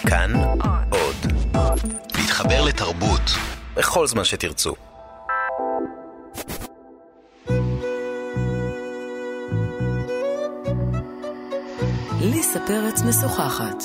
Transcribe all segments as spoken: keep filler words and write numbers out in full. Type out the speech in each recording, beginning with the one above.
כאן עוד. להתחבר לתרבות בכל זמן שתרצו. ליסה פרץ משוחחת.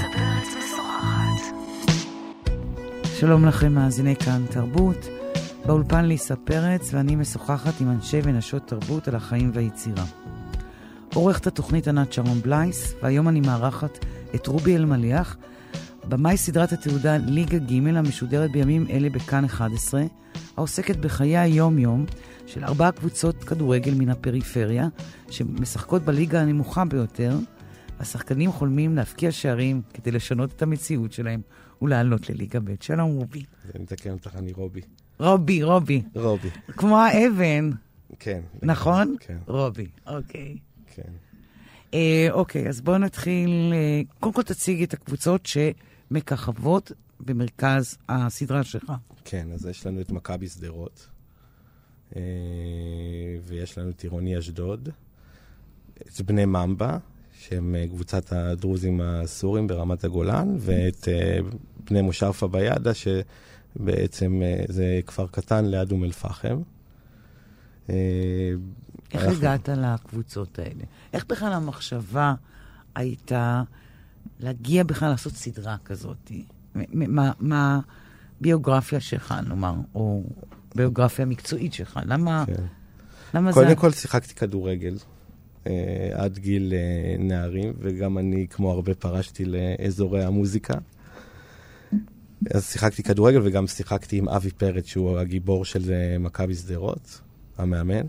שלום לכם מאזיני כאן תרבות. באולפן ליסה פרץ, ואני משוחחת עם אנשי ונשות תרבות על החיים והיצירה. עורכת התוכנית ענת שרון בלייס, והיום אני מארחת את רובי אלמליח, במאי סדרת התעודה ליגה ג' המשודרת בימים אלה בכאן אחת עשרה, העוסקת בחיי היום-יום של ארבע קבוצות כדורגל מן הפריפריה, שמשחקות בליגה הנמוכה ביותר. השחקנים חולמים להפקיע שערים כדי לשנות את המציאות שלהם ולעלות לליגה ב'. שלום רובי. אני מתקן אותך, אני רובי. רובי, רובי. רובי. כמו האבן. כן. נכון? כן. רובי, אוקיי. כן. אה, אוקיי, אז בואו נתחיל. אה, קודם כל תציג את הקבוצות שמככבות במרכז הסדרה שלך. כן, אז יש לנו את מכבי שדרות, אה, ויש לנו את עירוני אשדוד, את בני ממבה, שהם קבוצת הדרוזים הסורים ברמת הגולן, ואת אה, בני מושב פביאדה, שבעצם אה, זה כפר קטן ליד אום אל-פחם. אה, איך אנחנו... הגעת לקבוצות האלה? איך בכלל המחשבה הייתה להגיע בכלל לעשות סדרה כזאת? מה, מה ביוגרפיה שלך, נאמר, או ביוגרפיה מקצועית שלך? למה, כן. למה קודם זה... כל שיחקתי כדורגל אה, עד גיל אה, נערים, וגם אני, כמו הרבה, פרשתי לאזורי המוזיקה. אז שיחקתי כדורגל, וגם שיחקתי עם אבי פרץ, שהוא הגיבור של אה, מכבי שדרות, המאמן.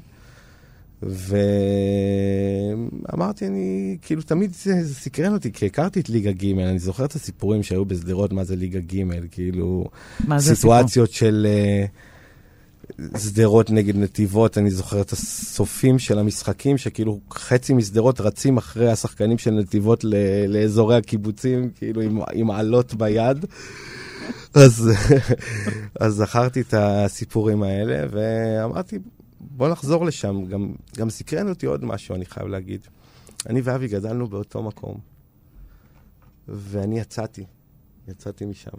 ואמרתי, אני, כאילו, תמיד זה, זה סקרן אותי, כי הכרתי את ליגה ג', אני זוכר את הסיפורים שהיו בסדרות, מה זה ליגה ג', כאילו, סיטואציות של uh, סדרות נגד נתיבות, אני זוכר את הסופים של המשחקים, שכאילו חצי מסדרות רצים אחרי השחקנים של נתיבות ל- לאזורי הקיבוצים, כאילו, עם, עם עלות ביד. אז, אז זכרתי את הסיפורים האלה, ואמרתי, בוא נחזור לשם. גם, גם סקרן אותי עוד משהו, אני חייב להגיד. אני ואבי גדלנו באותו מקום. ואני יצאתי. יצאתי משם.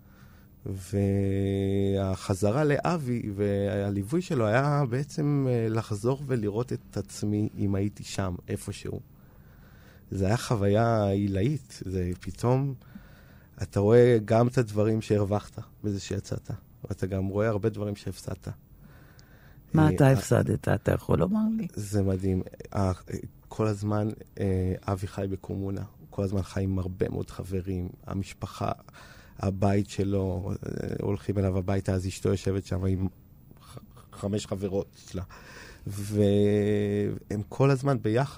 והחזרה לאבי והליווי שלו היה בעצם לחזור ולראות את עצמי אם הייתי שם, איפשהו. זה היה חוויה עילאית. זה פתאום, אתה רואה גם את הדברים שהרווחת בזה שיצאת. ואתה גם רואה הרבה דברים שהפסדת. מה אתה הפסדת? אתה יכול לומר לי? זה מדהים. כל הזמן אבי חי בקומונה. כל הזמן חי עם הרבה מאוד חברים. המשפחה, הבית שלו, הולכים אליו הביתה, אז אשתו יושבת שם עם חמש חברות שלה. והם כל הזמן ביחד.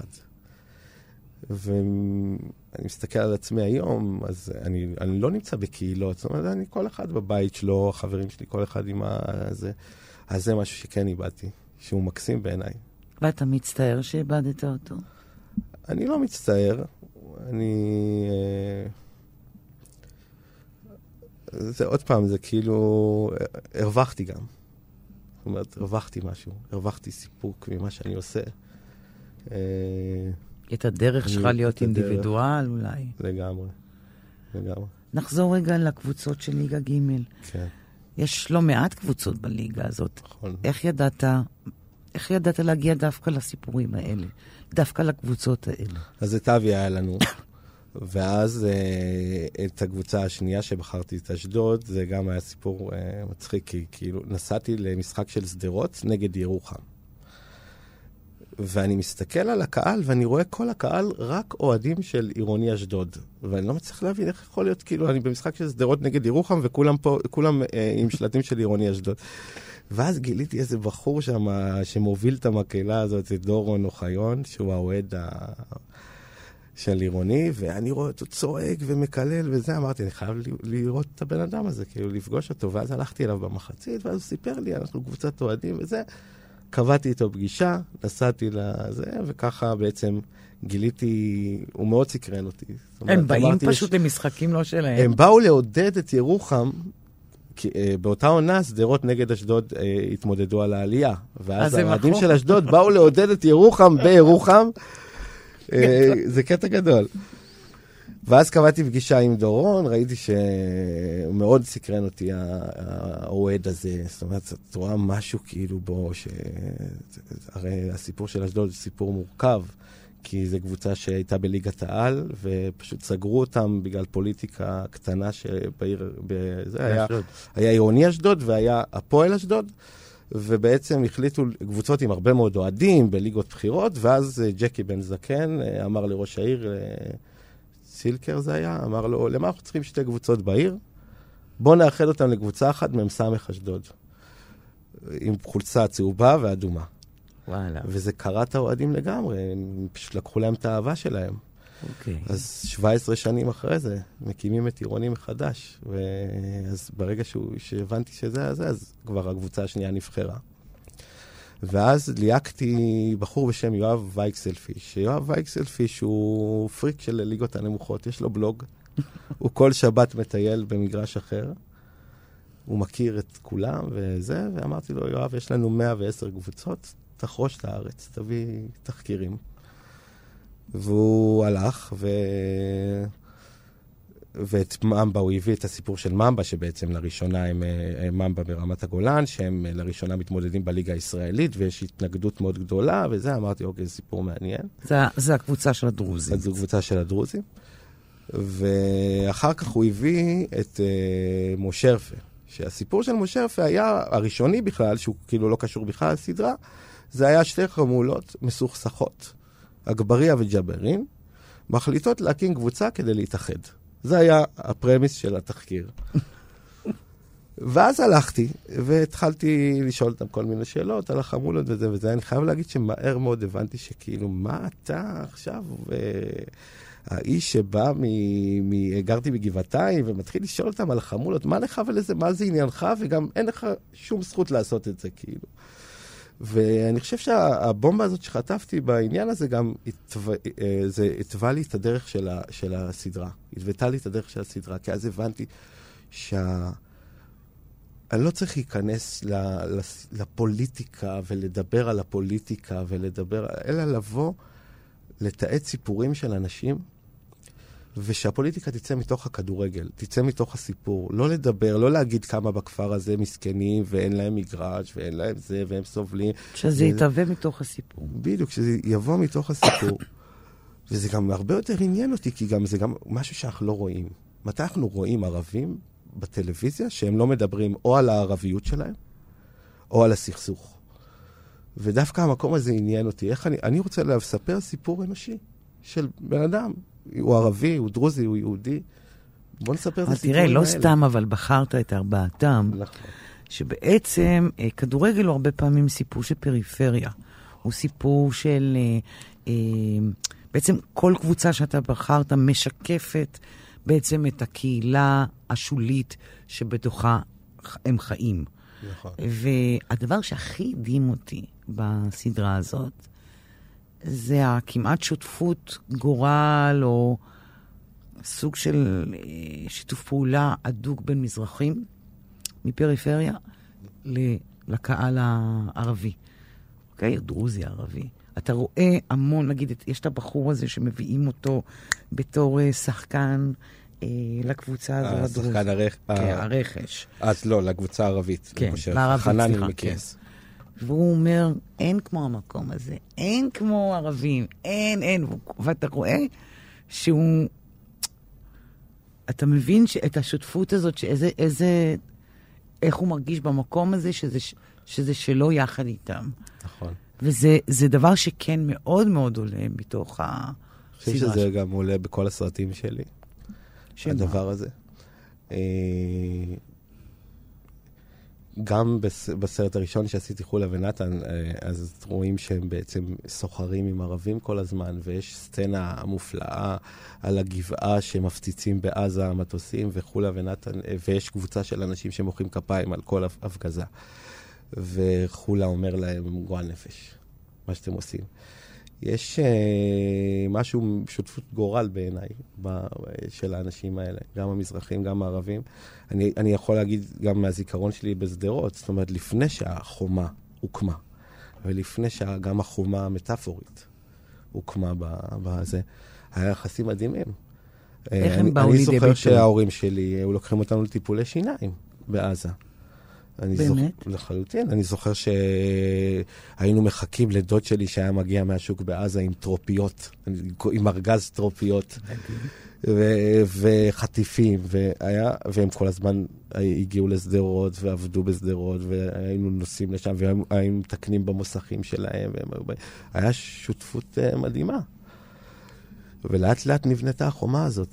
ואני מסתכל על עצמי היום, אז אני, אני לא נמצא בקהילות. זאת אומרת, אני כל אחד בבית שלו, החברים שלי, כל אחד עם הזה. אז זה משהו שכן איבדתי, שהוא מקסים בעיניי. ואתה מצטער שאיבדת אותו? אני לא מצטער. אני... זה עוד פעם, זה כאילו... הרווחתי גם. זאת אומרת, הרווחתי משהו. הרווחתי סיפוק ממה שאני עושה. את הדרך שלך להיות אינדיבידואל אולי. לגמרי. לגמרי. נחזור רגע לקבוצות של ליגה ג'. כן. יש לא מעט קבוצות בליגה הזאת. נכון. איך ידעת, איך ידעת להגיע דווקא לסיפורים האלה? דווקא לקבוצות האלה? אז את אבי היה לנו. ואז אה, את הקבוצה השנייה שבחרתי את אשדוד, זה גם היה סיפור אה, מצחיק, כי כאילו נסעתי למשחק של שדרות נגד ירוחם. ואני מסתכל על הקהל, ואני רואה כל הקהל רק אוהדים של עירוני אשדוד. ואני לא מצליח להבין איך יכול להיות, כאילו, אני במשחק של שדרות נגד ירוחם, וכולם פה, כולם אה, עם שלטים של עירוני אשדוד. ואז גיליתי איזה בחור שם, שמוביל את המקהלה הזאת, את דורון אוחיון, שהוא האוהד ה... של עירוני, ואני רואה אותו צועק ומקלל, וזה, אמרתי, אני חייב לראות את הבן אדם הזה, כאילו, לפגוש אותו. ואז הלכתי אליו במחצית, ואז הוא סיפר לי, אנחנו קבוצת אוהדים, וזה... קבעתי איתו פגישה, נסעתי לזה, וככה בעצם גיליתי, הוא מאוד סקרן אותי. הם באים פשוט למשחקים לא שלהם. הם באו לעודד את ירוחם, כי באותה עונה שדרות נגד אשדוד התמודדו על העלייה. ואז האוהדים של אשדוד באו לעודד את ירוחם בירוחם. זה קטע גדול. ואז קבעתי פגישה עם דורון, ראיתי שמאוד סקרן אותי האוהד הזה, זאת אומרת, את רואה משהו כאילו בו, ש... הרי הסיפור של אשדוד זה סיפור מורכב, כי זו קבוצה שהייתה בליגת העל, ופשוט סגרו אותם בגלל פוליטיקה קטנה שבעיר, זה היה, היה עירוני אשדוד, והיה הפועל אשדוד, ובעצם החליטו קבוצות עם הרבה מאוד אוהדים בליגות בחירות, ואז ג'קי בן זקן אמר לראש העיר, סילקר זה היה, אמר לו, למה אנחנו צריכים שתי קבוצות בעיר? בואו נאחד אותם לקבוצה אחת, ממסמך אשדוד, עם חולצה צהובה ואדומה. וואלה. וזה קרא את האוהדים לגמרי, הם פשוט לקחו להם את האהבה שלהם. אוקיי. אז שבע עשרה שנים אחרי זה, מקימים את עירוני מחדש, ואז ברגע שהוא, שהבנתי שזה זה, אז כבר הקבוצה השנייה נבחרה. ואז ליהקתי בחור בשם יואב וייקסלפיש, שיואב וייקסלפיש הוא פריק של ליגות הנמוכות, יש לו בלוג, הוא כל שבת מטייל במגרש אחר, הוא מכיר את כולם וזה, ואמרתי לו, יואב, יש לנו מאה ועשר קבוצות, תחרוש את הארץ, תביא תחקירים. והוא הלך, ו... ואת ממבה, הוא הביא את הסיפור של ממבה, שבעצם לראשונה הם, הם ממבה ברמת הגולן, שהם לראשונה מתמודדים בליגה הישראלית, ויש התנגדות מאוד גדולה, וזה, אמרתי, אוקיי, זה סיפור מעניין. זה, זה הקבוצה של הדרוזים. זו קבוצה של הדרוזים. ואחר כך הוא הביא את uh, מושרפה, שהסיפור של מושרפה היה הראשוני בכלל, שהוא כאילו לא קשור בכלל לסדרה, זה היה שתי חמולות מסוכסכות, אגבריה וג'אברין, מחליטות להקים קבוצה כדי להתאחד. זה היה הפרמיס של התחקיר. ואז הלכתי, והתחלתי לשאול אותם כל מיני שאלות על החמולות וזה וזה. אני חייב להגיד שמהר מאוד הבנתי שכאילו, מה אתה עכשיו? האיש שבא מ... גרתי בגבעתיים, ומתחיל לשאול אותם על החמולות, מה לך ולזה, מה זה עניינך? וגם אין לך שום זכות לעשות את זה, כאילו. ואני חושב שהבומבה הזאת שחטפתי בעניין הזה גם התווה, זה התווה לי את הדרך של, ה, של הסדרה. התוותה לי את הדרך של הסדרה, כי אז הבנתי שה... אני לא צריך להיכנס לפוליטיקה ולדבר על הפוליטיקה ולדבר, אלא לבוא לתעד סיפורים של אנשים, ושהפוליטיקה תצא מתוך הכדורגל, תצא מתוך הסיפור. לא לדבר, לא להגיד כמה בכפר הזה מסכנים, ואין להם מגרש, ואין להם זה, והם סובלים. שזה יתהווה מתוך הסיפור. בדיוק, שזה יבוא מתוך הסיפור. וזה גם הרבה יותר עניין אותי, כי גם זה גם משהו שאנחנו לא רואים. מתי אנחנו רואים ערבים בטלוויזיה, שהם לא מדברים או על הערביות שלהם, או על הסכסוך. ודווקא המקום הזה עניין אותי. איך אני, אני רוצה לספר סיפור אנושי של בן אדם. הוא ערבי, הוא דרוזי, הוא יהודי. בוא נספר את הסיפורים האלה. תראה, לא סתם, אבל בחרת את ארבעתם, שבעצם כדורגל הוא הרבה פעמים סיפור של פריפריה. הוא סיפור של... בעצם כל קבוצה שאתה בחרת משקפת בעצם את הקהילה השולית שבתוכה הם חיים. נכון. והדבר שהכי הדהים אותי בסדרה הזאת, זה הכמעט שותפות גורל, או סוג של שיתוף פעולה הדוק בין מזרחים, מפריפריה, לקהל הערבי. אוקיי? דרוזי ערבי. אתה רואה המון, נגיד, יש את הבחור הזה שמביאים אותו בתור שחקן לקבוצה הזו הדרוזית. שחקן הרכש. אז לא, לקבוצה הערבית. כן, לערבית, סליחה, כן. והוא אומר, אין כמו המקום הזה, אין כמו ערבים, אין, אין. ואתה רואה שהוא, אתה מבין את השותפות הזאת, שאיזה, איזה, איך הוא מרגיש במקום הזה, שזה, שזה שלו יחד איתם. נכון. וזה זה דבר שכן מאוד מאוד עולה מתוך הסדרה. אני חושב שזה גם עולה בכל הסרטים שלי. שמה? הדבר הזה. גם בסרט הראשון שעשיתי חולה ונתן, אז רואים שהם בעצם סוחרים עם ערבים כל הזמן, ויש סצנה מופלאה על הגבעה שמפציצים בעזה המטוסים וחולה ונתן, ויש קבוצה של אנשים שמוחאים כפיים על כל הפגזה. וחולה אומר להם, גועל נפש, מה שאתם עושים. יש uh, משהו, שותפות גורל בעיניי, ב, של האנשים האלה, גם המזרחים, גם הערבים. אני, אני יכול להגיד גם מהזיכרון שלי בסדרות, זאת אומרת, לפני שהחומה הוקמה, ולפני שגם החומה המטאפורית הוקמה בזה, היה יחסים מדהימים. איך הם באו לידי ביטוי? אני זוכר שההורים שלי היו לוקחים אותנו לטיפולי שיניים בעזה. באמת? לחלוטין. אני זוכר שהיינו מחכים לדוד שלי שהיה מגיע מהשוק בעזה עם טרופיות, עם ארגז טרופיות וחטיפים, והם כל הזמן הגיעו לסדרות ועבדו בסדרות, והיינו נוסעים לשם והיינו מתקנים במוסכים שלהם. היה שותפות מדהימה. ולאט לאט נבנתה החומה הזאת,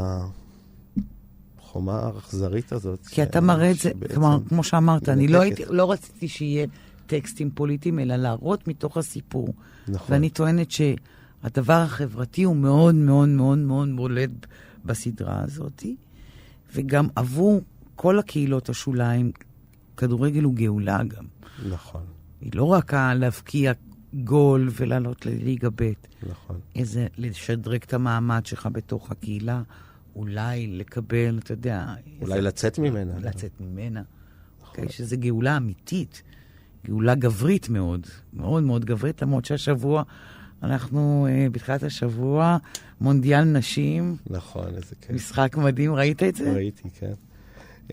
החומה האכזרית הזאת. כי אתה מראה את זה, כמו שאמרת, אני לא רציתי שיהיה טקסטים פוליטיים, אלא להראות מתוך הסיפור. ואני טוענת שהדבר החברתי הוא מאוד מאוד מאוד מאוד בולט בסדרה הזאת, וגם עבור כל הקהילות השוליים, כדורגל הוא גאולה גם. נכון. היא לא רק להבקיע גול ולעלות לליגה ב'. נכון. איזה לשדרג את המעמד שלך בתוך הקהילה, אולי לקבל, אתה יודע... אולי איזה... לצאת ממנה. לצאת ממנה. נכון. Okay, שזה גאולה אמיתית, גאולה גברית מאוד, מאוד מאוד גברית, למרות שהשבוע, אנחנו uh, בתחילת השבוע, מונדיאל נשים. נכון, איזה כיף. משחק מדהים, ראית את זה? ראיתי, כן. Uh...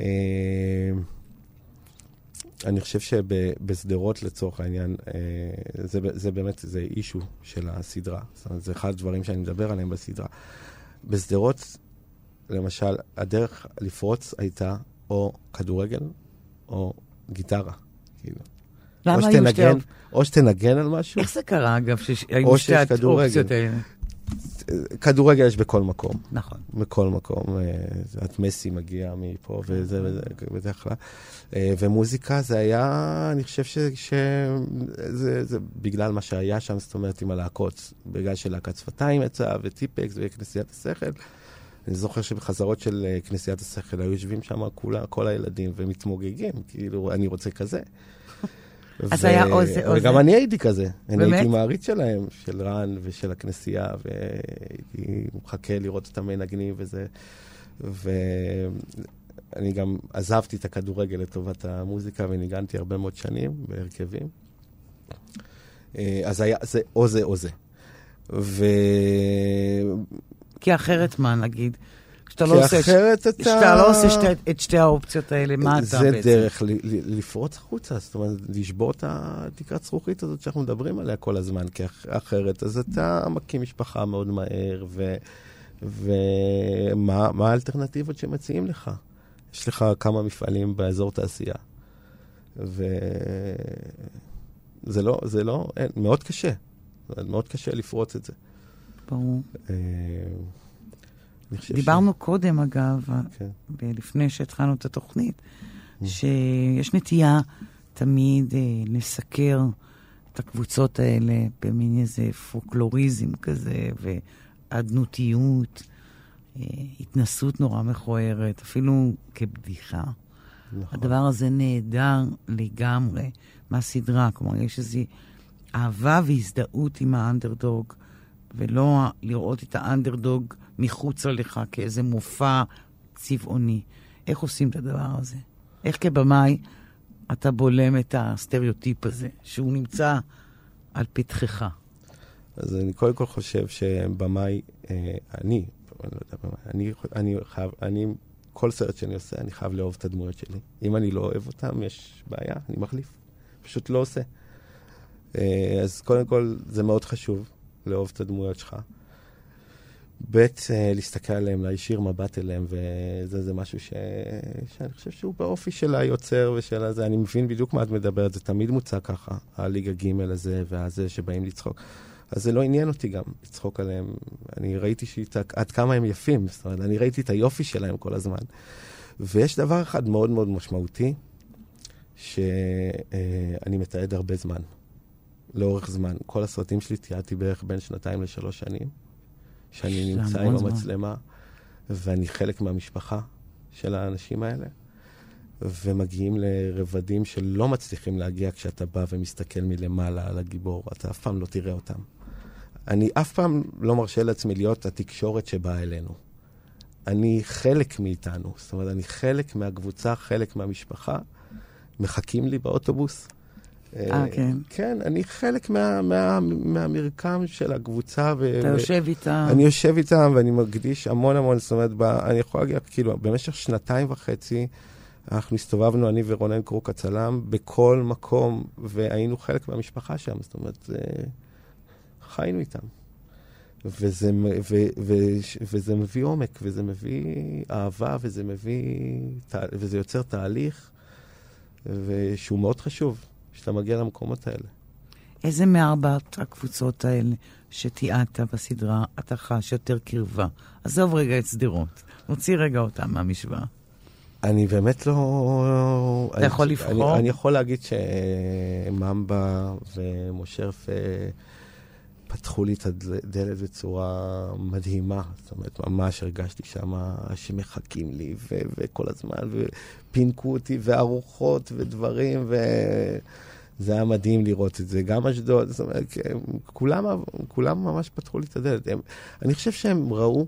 אני חושב שבסדרות לצורך העניין, זה, זה באמת, זה אישו של הסדרה. זאת אומרת, זה אחד הדברים שאני מדבר עליהם בסדרה. בסדרות, למשל, הדרך לפרוץ הייתה או כדורגל או גיטרה. כאילו. למה או היו שתנגן, שתי... או שתנגן על משהו. איך זה קרה, אגב, שהיו שתי האופציות האלה? כדורגל יש בכל מקום. נכון. בכל מקום. את מסי מגיע מפה וזה וזה, בדרך כלל. ומוזיקה זה היה, אני חושב שזה זה בגלל מה שהיה שם, זאת אומרת, עם הלהקות, בגלל שלהקת שפתיים יצא, וטיפקס וכנסיית השכל. אני זוכר שבחזרות של כנסיית השכל היו יושבים שם כולה, כל הילדים, ומתמוגגים, כאילו, אני רוצה כזה. אז היה עוז, עוז. וגם אני הייתי כזה. אני הייתי מעריץ שלהם, של רן ושל הכנסייה, והייתי מחכה לראות את המנגנים וזה. ואני גם עזבתי את הכדורגל לטובת המוזיקה, וניגנתי הרבה מאוד שנים בהרכבים. אז היה זה או זה או זה. ו... כי אחרת מה, נגיד? כי אחרת אתה... שאתה לא עושה את שתי האופציות האלה, מה אתה בעצם? זה דרך לפרוץ החוצה, זאת אומרת, לשבור את התקרת זכוכית הזאת שאנחנו מדברים עליה כל הזמן, כי אחרת, אז אתה מקים משפחה מאוד מהר, ומה האלטרנטיבות שמציעים לך? יש לך כמה מפעלים באזור תעשייה, וזה לא, זה לא, מאוד קשה, מאוד קשה לפרוץ את זה. ברור. דיברנו ש... קודם, אגב, כן. לפני שהתחלנו את התוכנית, mm. שיש נטייה תמיד אה, לסקר את הקבוצות האלה במין איזה פולקלוריזם כזה, ועדנותיות, אה, התנסות נורא מכוערת, אפילו כבדיחה. נכון. הדבר הזה נהדר לגמרי מהסדרה, כלומר, יש איזו אהבה והזדהות עם האנדרדוג, ולא לראות את האנדרדוג מחוץ לך כאיזה מופע צבעוני. איך עושים את הדבר הזה? איך כבמאי אתה בולם את הסטריאוטיפ הזה, שהוא נמצא על פתחך? אז אני קודם כל חושב שבמאי, אה, אני, אני לא יודע, אני, אני חייב, אני, כל סרט שאני עושה, אני חייב לאהוב את הדמויות שלי. אם אני לא אוהב אותם, יש בעיה, אני מחליף. פשוט לא עושה. אה, אז קודם כל, זה מאוד חשוב. לאהוב את הדמויות שלך. בית, להסתכל עליהם, להישיר מבט אליהם, וזה זה משהו ש... שאני חושב שהוא באופי של היוצר ושל הזה. אני מבין בדיוק מה את מדברת, זה תמיד מוצא ככה, הליגה ג' הזה והזה שבאים לצחוק. אז זה לא עניין אותי גם לצחוק עליהם. אני ראיתי עד כמה הם יפים, זאת אומרת, אני ראיתי את היופי שלהם כל הזמן. ויש דבר אחד מאוד מאוד משמעותי, שאני מתעד הרבה זמן. לאורך זמן. כל הסרטים שלי תיעדתי בערך בין שנתיים לשלוש שנים, שאני נמצא עם המצלמה, ואני חלק מהמשפחה של האנשים האלה, ומגיעים לרבדים שלא מצליחים להגיע כשאתה בא ומסתכל מלמעלה על הגיבור, אתה אף פעם לא תראה אותם. אני אף פעם לא מרשה לעצמי להיות התקשורת שבאה אלינו. אני חלק מאיתנו, זאת אומרת, אני חלק מהקבוצה, חלק מהמשפחה, מחכים לי באוטובוס, אה, כן. כן, אני חלק מה, מה, מהמרקם של הקבוצה. ו- אתה יושב איתם. אני יושב איתם ואני מקדיש המון המון, זאת אומרת, ב- אני יכול להגיד, כאילו, במשך שנתיים וחצי, אנחנו הסתובבנו, אני ורונן קרוק הצלם, בכל מקום, והיינו חלק מהמשפחה שם, זאת אומרת, חיינו איתם. וזה, ו, ו, וזה מביא עומק, וזה מביא אהבה, וזה מביא, וזה יוצר תהליך, ושהוא מאוד חשוב, שאתה מגיע למקומות האלה. איזה מארבעת הקבוצות האלה שתיארת בסדרה, אתה חש יותר קרבה? עזוב רגע את סדרות, נוציא רגע אותם מהמשוואה. אני באמת לא... אתה יכול לבחור? אני, אני יכול להגיד שממבה ומושרף פתחו לי את הדלת בצורה מדהימה. זאת אומרת, ממש הרגשתי שם שמחכים לי ו- וכל הזמן, ופינקו אותי, וארוחות ודברים, וזה היה מדהים לראות את זה. גם אשדוד, זאת אומרת, כולם, כולם ממש פתחו לי את הדלת. הם, אני חושב שהם ראו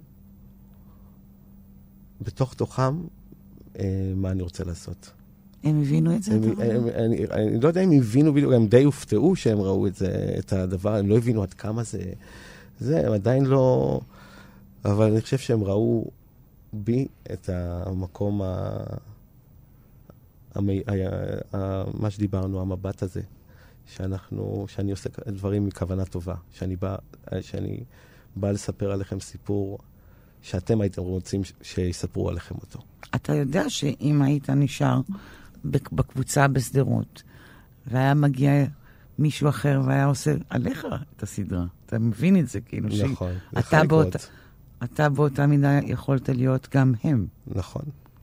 בתוך תוכם מה אני רוצה לעשות. הם הבינו את זה? הם, הם, אני, אני לא יודע אם הבינו, הם די הופתעו שהם ראו את זה, את הדבר, הם לא הבינו עד כמה זה, זה, הם עדיין לא, אבל אני חושב שהם ראו בי את המקום, ה, המי, ה, ה, מה שדיברנו, המבט הזה, שאנחנו, שאני עושה דברים מכוונה טובה, שאני בא, שאני בא לספר עליכם סיפור, שאתם הייתם רוצים שיספרו עליכם אותו. אתה יודע שאם היית נשאר בקבוצה בסדרות, והיה מגיע מישהו אחר והיה עושה עליך את הסדרה, אתה מבין את זה, כאילו נכון, ש... אתה, באות... אתה באותה מידה יכולת להיות גם הם. נכון.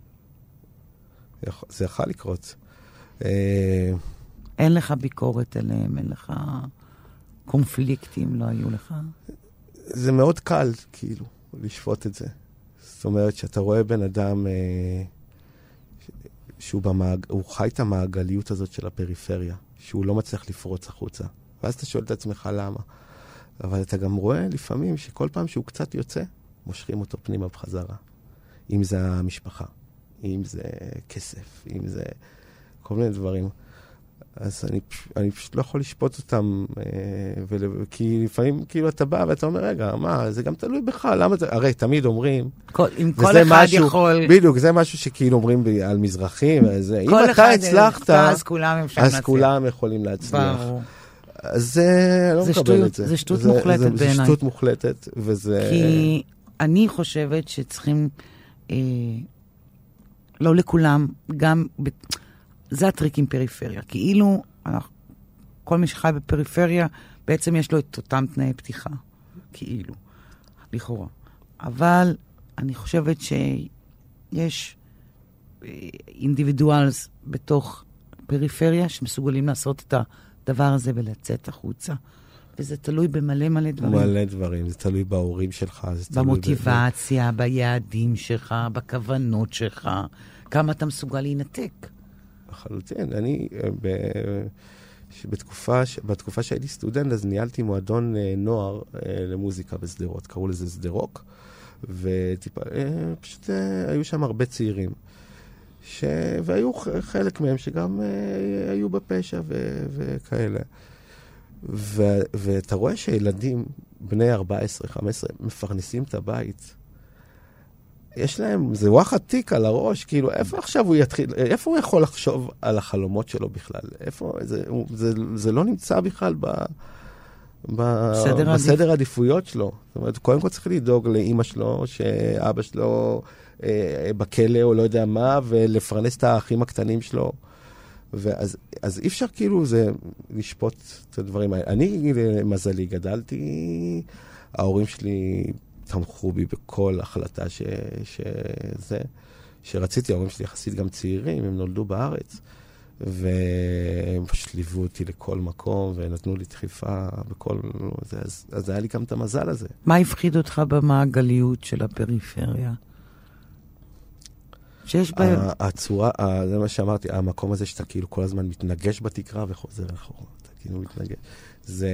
זה יכול לקרות. אין לך ביקורת עליהם, אין לך קונפליקטים, לא היו לך? זה מאוד קל, כאילו, לשפוט את זה. זאת אומרת, שאתה רואה בן אדם אה, שהוא במעג... הוא חי את המעגליות הזאת של הפריפריה, שהוא לא מצליח לפרוץ החוצה. ואז אתה שואל את עצמך למה. אבל אתה גם רואה לפעמים שכל פעם שהוא קצת יוצא, מושכים אותו פנימה בחזרה. אם זה המשפחה, אם זה כסף, אם זה כל מיני דברים. אז אני, אני פשוט לא יכול לשפוט אותם, אה, ול... כי לפעמים כאילו אתה בא ואתה אומר, רגע, מה, זה גם תלוי בך, למה זה, הרי תמיד אומרים, כל, אם כל אחד משהו, יכול... בדיוק, זה משהו שכאילו אומרים ב, על מזרחים, וזה, אם אתה הצלחת, אז כולם, אז כולם יכולים להצליח. ברור. אז זה, לא מקבל שטות, את זה. זה שטות זה, מוחלטת זה, בעיניי. זה שטות מוחלטת, וזה... כי אני חושבת שצריכים, אה, לא לכולם, גם... ב... זה הטריק עם פריפריה. כאילו, אנחנו, כל מי שחי בפריפריה, בעצם יש לו את אותם תנאי פתיחה. כאילו, לכאורה. אבל אני חושבת שיש אינדיבידואלס בתוך פריפריה שמסוגלים לעשות את הדבר הזה ולצאת החוצה. וזה תלוי במלא מלא דברים. מלא דברים, זה תלוי בהורים שלך. במוטיבציה, ב... ביעדים שלך, בכוונות שלך. כמה אתה מסוגל להינתק. לחלוטין. אני, ב... בתקופה, בתקופה שהייתי סטודנט, אז ניהלתי מועדון נוער למוזיקה בסדרות. קראו לזה סדרוק. וטיפה, פשוט היו שם הרבה צעירים. ש... והיו חלק מהם שגם היו בפשע ו... וכאלה. ו... ואתה רואה שילדים בני ארבע עשרה חמש עשרה מפרנסים את הבית. יש להם, זה וואחד תיק על הראש, כאילו, איפה עכשיו הוא יתחיל, איפה הוא יכול לחשוב על החלומות שלו בכלל? איפה, זה, זה, זה לא נמצא בכלל ב, ב, בסדר העדיפויות שלו. זאת אומרת, קודם כל צריך לדאוג לאמא שלו, שאבא שלו אה, בכלא או לא יודע מה, ולפרנס את האחים הקטנים שלו. ואז, אז אי אפשר כאילו זה לשפוט את הדברים האלה. אני, למזלי, גדלתי, ההורים שלי תמכו בי בכל החלטה ש, שזה, שרציתי, ההורים שלי יחסית גם צעירים, הם נולדו בארץ, והם פשוט ליוו אותי לכל מקום, ונתנו לי דחיפה בכל זה, אז, אז היה לי גם את המזל הזה. מה הפחיד אותך במעגליות של הפריפריה? שיש בה... הצורה, זה מה שאמרתי, המקום הזה שאתה כאילו כל הזמן מתנגש בתקרה וחוזר אחורה, אתה כאילו מתנגש. זה...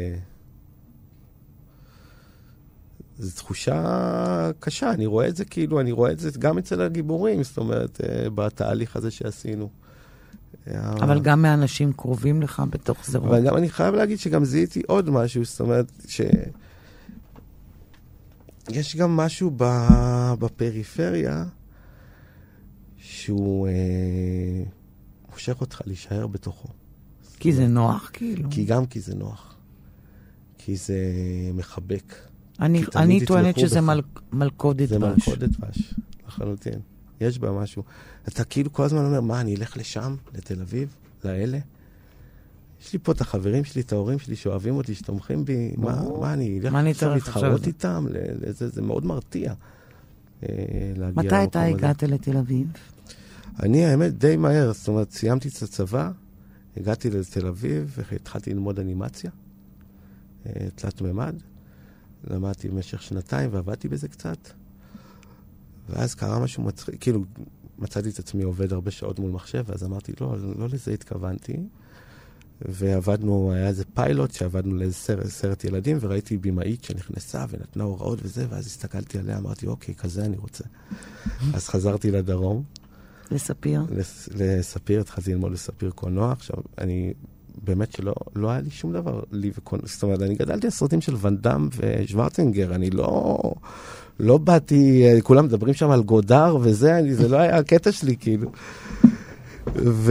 זו תחושה קשה, אני רואה את זה כאילו, אני רואה את זה גם אצל הגיבורים, זאת אומרת, בתהליך הזה שעשינו. אבל גם מאנשים קרובים לך בתוך זרות. אבל גם אני חייב להגיד שגם זיהיתי עוד משהו, זאת אומרת ש... יש גם משהו בפריפריה שהוא אה, מושך אותך להישאר בתוכו. כי זה נוח, כאילו. כי גם כי זה נוח. כי זה מחבק. אני, אני טוענת שזה מל, מלכודת זה דבש. זה מלכודת דבש, לחלוטין. יש בה משהו. אתה כאילו כל הזמן אומר, מה, אני אלך לשם, לתל אביב, לאלה? יש לי פה את החברים שלי, את ההורים שלי, שאוהבים אותי, שתומכים בי. מה, מה אני אלך עכשיו להתחרות איתם? לזה, זה מאוד מרתיע. מתי אתה הגעת לתל אביב? אני, האמת, די מהר. זאת אומרת, סיימתי את הצבא, הגעתי לתל אביב, והתחלתי ללמוד אנימציה, תלת ממד. למדתי במשך שנתיים, ועבדתי בזה קצת. ואז קרה משהו מצחיק, כאילו, מצאתי את עצמי עובד הרבה שעות מול מחשב, ואז אמרתי, לא, לא לזה התכוונתי. ועבדנו, היה איזה פיילוט שעבדנו לאיזה סרט, סרט ילדים, וראיתי בימאית שנכנסה ונתנה הוראות וזה, ואז הסתכלתי עליה, אמרתי, אוקיי, כזה אני רוצה. אז חזרתי לדרום. לספיר? לס, לספיר, התחלתי ללמוד לספיר קולנוע. עכשיו, אני, באמת שלא לא היה לי שום דבר, לי וקולנוע. זאת אומרת, אני גדלתי הסרטים של ון דאם ושוורצנגר, אני לא, לא באתי, כולם מדברים שם על גודר וזה, אני, זה לא היה הקטע שלי, כאילו. ו...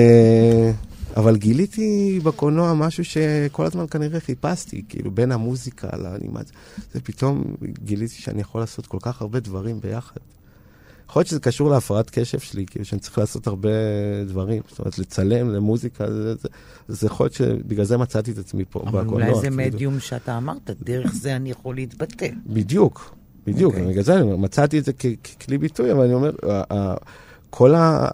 אבל גיליתי בקולנוע משהו שכל הזמן כנראה חיפשתי, כאילו בין המוזיקה לאנימציה. זה פתאום גיליתי שאני יכול לעשות כל כך הרבה דברים ביחד. יכול להיות שזה קשור להפרעת קשב שלי, כאילו שאני צריך לעשות הרבה דברים. זאת אומרת, לצלם, למוזיקה, זה, זה, זה יכול להיות שבגלל זה מצאתי את עצמי פה בקולנוע. אבל אולי זה מדיום שאתה אמרת, דרך זה אני יכול להתבטא. בדיוק, בדיוק. Okay. בגלל זה אני אומר, מצאתי את זה ככלי ביטוי, אבל אני אומר, כל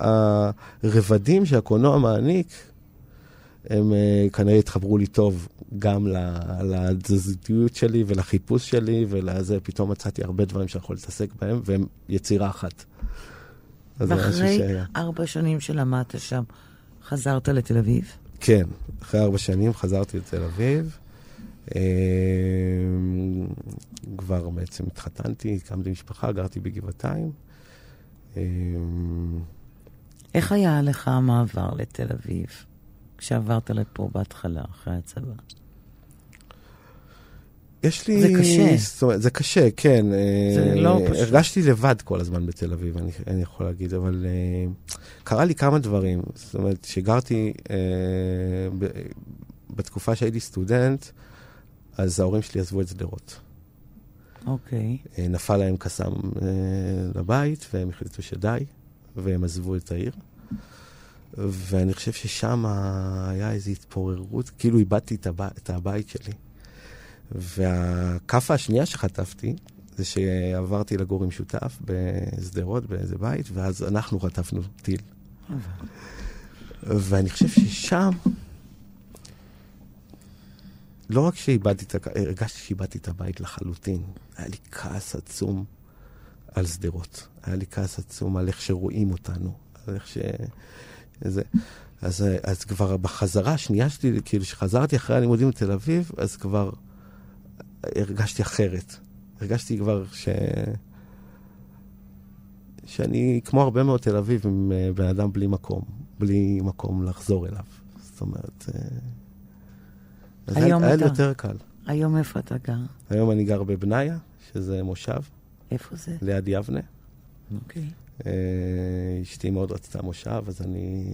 הרבדים שהקולנוע מעניק, הם uh, כנראה התחברו לי טוב גם לתזזיתיות שלי ולחיפוש שלי, ולזה פתאום מצאתי הרבה דברים שאני יכול להתעסק בהם, והם יצירה אחת. ואחרי ארבע שנים שלמדת שם, חזרת לתל אביב? כן, אחרי ארבע שנים חזרתי לתל אביב. אה, כבר בעצם התחתנתי, הקמתי משפחה, גרתי בגבעתיים. אה, איך היה לך המעבר לתל אביב? כשעברת לפה בהתחלה, אחרי הצבא. יש לי... זה קשה. זאת אומרת, זה קשה, כן. זה אה, לא פשוט. הרגשתי לבד כל הזמן בתל אביב, אני, אני יכול להגיד, אבל אה, קרה לי כמה דברים. זאת אומרת, שגרתי אה, ב, בתקופה שהייתי סטודנט, אז ההורים שלי עזבו את שדרות. אוקיי. אה, נפל להם קסם אה, לבית, והם החליטו שדי, והם עזבו את העיר. ואני חושב ששם היה איזו התפוררות, כאילו איבדתי את, הבית, את הבית שלי. והקפה השנייה שחטפתי, זה שעברתי לגור עם שותף בסדרות, באיזה בית, ואז אנחנו חטפנו טיל. ואני חושב ששם, לא רק שאיבדתי את, הרגשתי שאיבדתי את הבית לחלוטין, היה לי כעס עצום על סדרות. היה לי כעס עצום על איך שרואים אותנו, על איך ש... זה, אז, אז כבר בחזרה השנייה שלי, כאילו שחזרתי אחרי הלימודים בתל אביב, אז כבר הרגשתי אחרת. הרגשתי כבר ש... שאני כמו הרבה מאוד תל אביב, עם בן אדם בלי מקום, בלי מקום לחזור אליו. זאת אומרת, אז היה, היה לי יותר קל. היום איפה אתה גר? היום אני גר בבניה, שזה מושב. איפה זה? ליד יבנה. אוקיי. Okay. אשתי מאוד רצתה מושב, אז אני...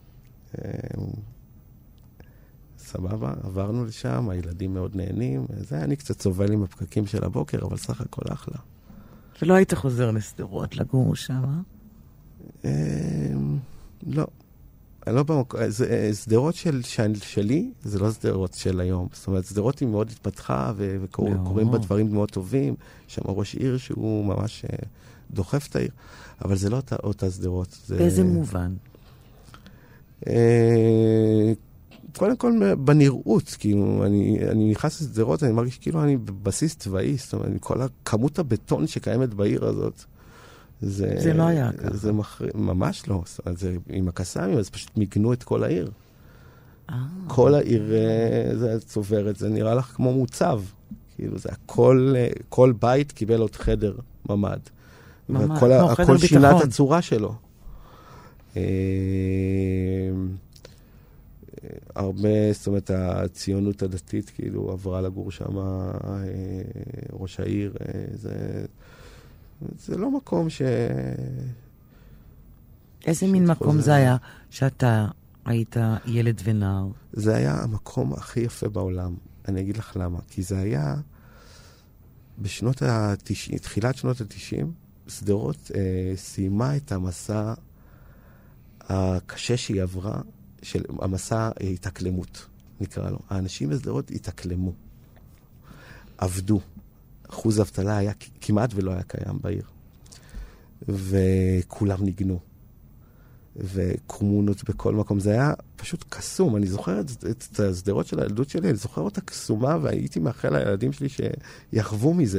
סבבה, עברנו לשם, הילדים מאוד נהנים. זה, אני קצת סובל עם הפקקים של הבוקר, אבל סך הכל אחלה. ולא היית חוזר לסדרות לגור שם, אה? לא. לא במקום, סדרות של, שלי, זה לא סדרות של היום. זאת אומרת, סדרות היא מאוד התפתחה, וקוראים בה דברים מאוד טובים. שם ראש עיר שהוא ממש דוחף את העיר. אבל זה לא אותה, אותה סדרות. באיזה מובן? קודם כל, בנראות, כאילו, אני, אני נכנס לסדרות, אני מרגיש כאילו אני בבסיס צבאי, זאת אומרת, כל כמות הבטון שקיימת בעיר הזאת, זה... זה לא היה ככה. זה מח... ממש לא. זאת אומרת, זה עם הקסאמים, אז פשוט מיגנו את כל העיר. כל העיר, זה צוברת, זה נראה לך כמו מוצב. כאילו, זה הכל, כל בית קיבל עוד חדר ממד. ממש, הכל שינה את הצורה שלו. הרבה, זאת אומרת, הציונות הדתית כאילו עברה לגור שם, ראש העיר, זה, זה לא מקום ש... איזה מין מקום זה היה שאתה היית ילד ונער? זה היה המקום הכי יפה בעולם. אני אגיד לך למה. כי זה היה בשנות ה-תשעים, תחילת שנות ה-תשעים, סדרות אה, סיימה את המסע הקשה שהיא עברה, של המסע התאקלמות, נקרא לו. האנשים בסדרות התאקלמו, עבדו. אחוז אבטלה היה כמעט ולא היה קיים בעיר. וכולם ניגנו. וקומונות בכל מקום. זה היה פשוט קסום. אני זוכר את, את הסדרות של הילדות שלי, אני זוכר אותה קסומה, והייתי מאחל לילדים שלי שיחוו מזה.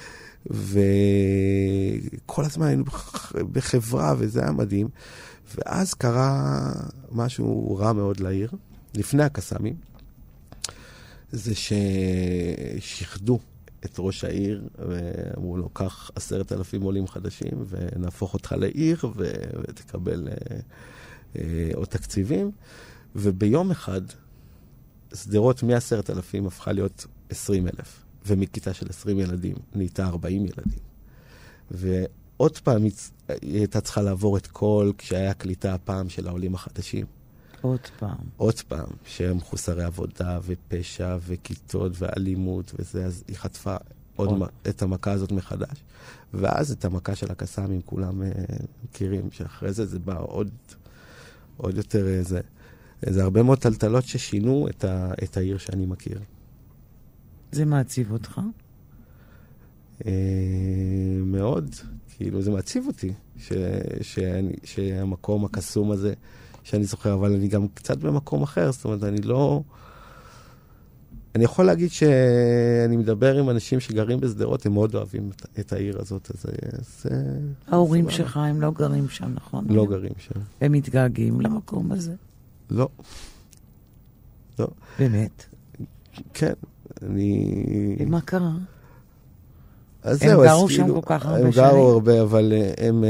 וכל הזמן היינו בחברה, וזה היה מדהים. ואז קרה משהו רע מאוד לעיר, לפני הקסאמים, זה ששחדו את ראש העיר, ואמרו לו, קח עשרת אלפים עולים חדשים, ונהפוך אותך לעיר, ותקבל עוד תקציבים. וביום אחד, סדרות מעשרת אלפים הפכה להיות עשרים אלף, ומכיתה של עשרים ילדים נהייתה ארבעים ילדים. ועוד פעם היא הייתה צריכה לעבור את כל, כשהיה קליטה הפעם של העולים החדשים. עוד פעם. עוד פעם, שהם חוסרי עבודה ופשע וכיתות ואלימות וזה, אז היא חטפה עוד עוד. את המכה הזאת מחדש. ואז את המכה של הקסאמים כולם uh, מכירים, שאחרי זה זה בא עוד, עוד יותר uh, זה. זה הרבה מאוד טלטלות ששינו את, ה, את העיר שאני מכיר. זה מעציב אותך? Uh, מאוד. כאילו, זה מעציב אותי, ש, שאני, שהמקום הקסום הזה, שאני זוכר, אבל אני גם קצת במקום אחר, זאת אומרת, אני לא... אני יכול להגיד שאני מדבר עם אנשים שגרים בסדרות, הם מאוד אוהבים את, את העיר הזאת, אז זה... ההורים שלך הם לא גרים שם, נכון? לא גרים שם. הם מתגעגעים למקום הזה? לא. לא. באמת? כן, אני... ומה קרה? אז הם זהו, גרו אז שם כאילו, כל כך הרבה הם שנים? הם גרו הרבה, אבל הם...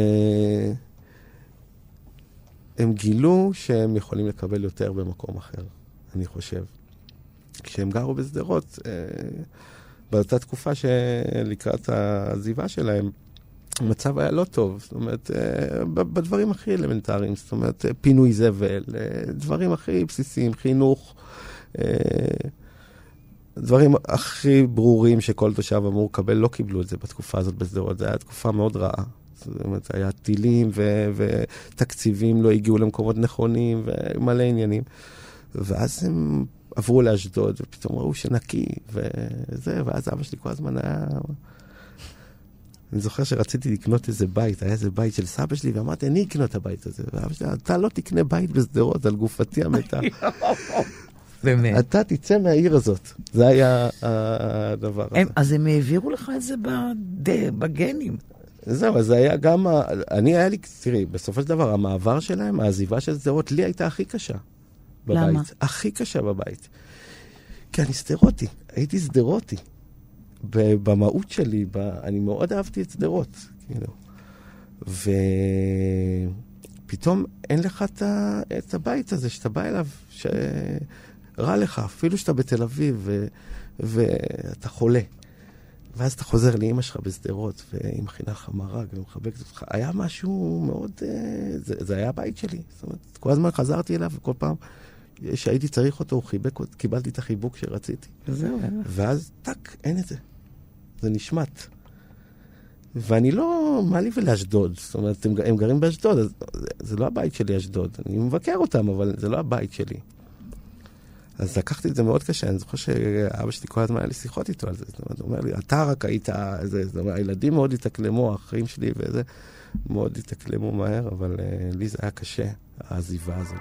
הם גילו שהם יכולים לקבל יותר במקום אחר, אני חושב. כשהם גרו בסדרות, אה, באותה תקופה שלקראת העזיבה שלהם, המצב היה לא טוב. זאת אומרת, אה, בדברים הכי אלמנטריים, זאת אומרת, פינוי זבל, אה, דברים הכי בסיסיים, חינוך, אה, דברים הכי ברורים שכל תושב אמור לקבל, לא קיבלו את זה בתקופה הזאת בסדרות. זו הייתה תקופה מאוד רעה. זאת אומרת, היה טילים ו- ותקציבים לא הגיעו למקומות נכונים ומלא עניינים. ואז הם עברו לאשדוד, ופתאום ראו שנקי, וזה, ואז אבא שלי כל הזמן היה... אני זוכר שרציתי לקנות איזה בית, היה איזה בית של סבא שלי, ואמרתי, אני אקנה את הבית הזה. ואבא שלי, אתה לא תקנה בית בסדרות על גופתי המתה. באמת. אתה תצא מהעיר הזאת. זה היה הדבר הזה. אז הם העבירו לך את זה בגנים. זהו, אז זה היה גם, אני היה לי, תראי, בסופו של דבר, המעבר שלהם, העזיבה של סדרות, לי הייתה הכי קשה בבית. למה? הכי קשה בבית. כי אני סדרותי, הייתי סדרותי. במהות שלי, ב, אני מאוד אהבתי את סדרות, כאילו. ופתאום אין לך את, ה, את הבית הזה, שאתה בא אליו, שרע לך, אפילו שאתה בתל אביב, ו, ואתה חולה. ואז אתה חוזר לאמא שלך בסדרות, והיא מכינה לך מרק ומחבקת אותך. היה משהו מאוד... זה, זה היה הבית שלי. זאת אומרת, כל הזמן חזרתי אליו, וכל פעם שהייתי צריך אותו, הוא חיבק אותי, קיבלתי את החיבוק שרציתי. זהו, ואז, טק, אין את זה. זה נשמט. ואני לא... מה לי ולאשדוד? זאת אומרת, הם, הם גרים באשדוד, אז זה לא הבית שלי אשדוד. אני מבקר אותם, אבל זה לא הבית שלי. אז לקחתי את זה מאוד קשה, אני זוכר שאבא שלי כל הזמן היה לי שיחות איתו על זה, זאת אומרת, הוא אומר לי, אתה רק היית, זה, זאת אומרת, הילדים מאוד התאקלמו, האחים שלי וזה, מאוד התאקלמו מהר, אבל uh, לי זה היה קשה, העזיבה הזאת.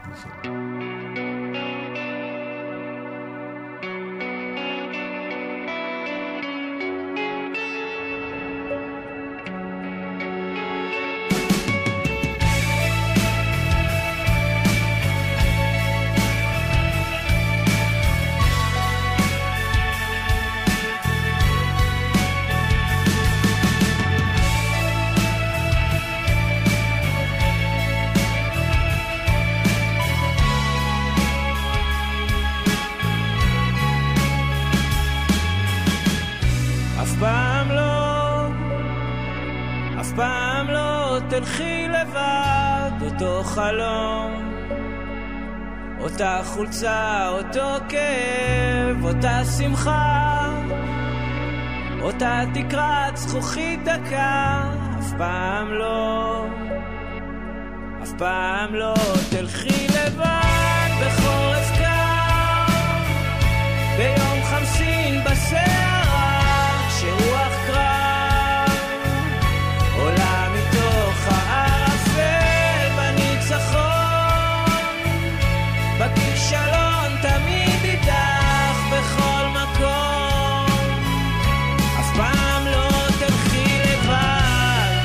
תלכי לבד, אותו חלום, אותה חולצה, אותו כאב, אותה שמחה, אותה תקרת זכוכית דקה, אף פעם לא, אף פעם לא תלכי לבד בחורף קר, ביום חמסין בסערה, כשרוח קרב עולה מתוך הערפל בניצחון, בכישלון תמיד איתך בכל מקום, אף פעם לא תלכי לבד.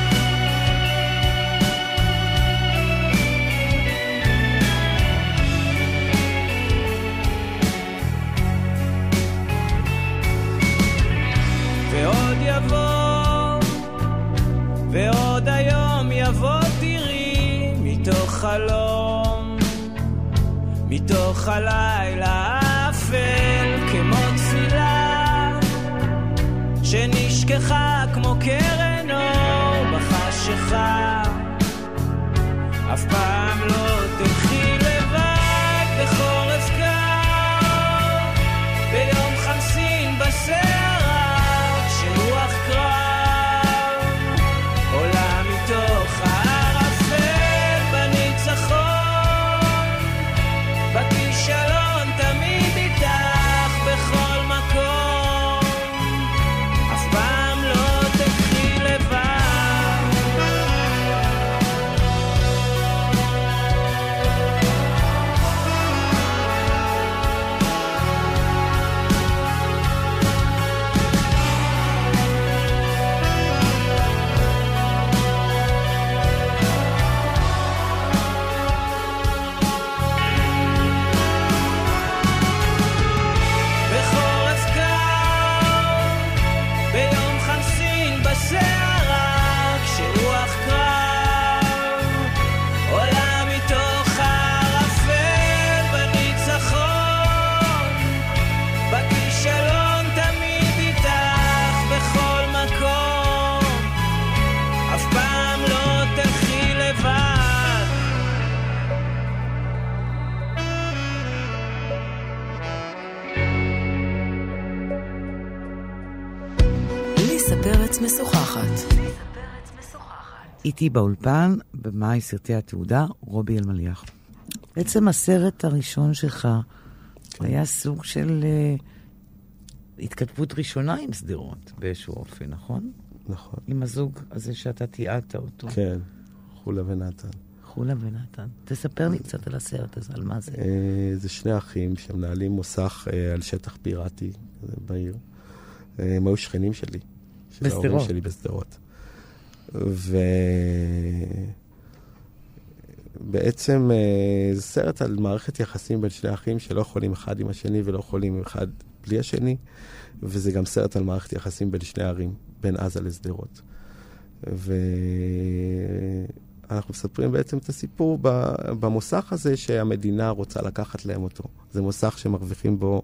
ועוד יבוא, ועוד היום יבוא תראי, מתוך חלום, מתוך הלילה אפל, כמו תפילה שנשכחה כמו קרן אור בחשיכה, אף פעם לא תלכי לבד בחורף קר, ביום חמסין בסערה, כשרוח קרב עולה מתוך הערפל בניצחון, בכישלון תמיד איתך בכל מקום, אף פעם לא תלכי לבד. בחורף קר, ביום חמסין בסערה, כשרוח קרב עולה מתוך הערפל בניצחון, בכישלון תמיד איתך בכל מקום, אף פעם לא תלכי לבד. ליסה פרץ משוחחת. איתי באולפן, במאי סרטי התעודה, רובי אלמליח. בעצם הסרט הראשון שלך היה סוג של uh, התכתבות ראשונה עם סדרות באיזשהו אופן, נכון? נכון. עם הזוג הזה שאתה תיעדת אותו. כן, חולה ונתן. חולה ונתן. תספר לי קצת על הסרט הזה, על מה זה. אה, זה שני אחים שמנהלים מוסך אה, על שטח פיראטי אה, בעיר. אה, הם היו שכנים שלי. של ההורים בסדרות. שלי בסדרות. ובעצם אה, זה סרט על מערכת יחסים בין שני אחים שלא יכולים אחד עם השני ולא יכולים אחד בלי השני. וזה גם סרט על מערכת יחסים בין שני ערים, בין עזה לסדרות. ואנחנו מספרים בעצם את הסיפור במוסך הזה שהמדינה רוצה לקחת להם אותו. זה מוסך שמרוויחים בו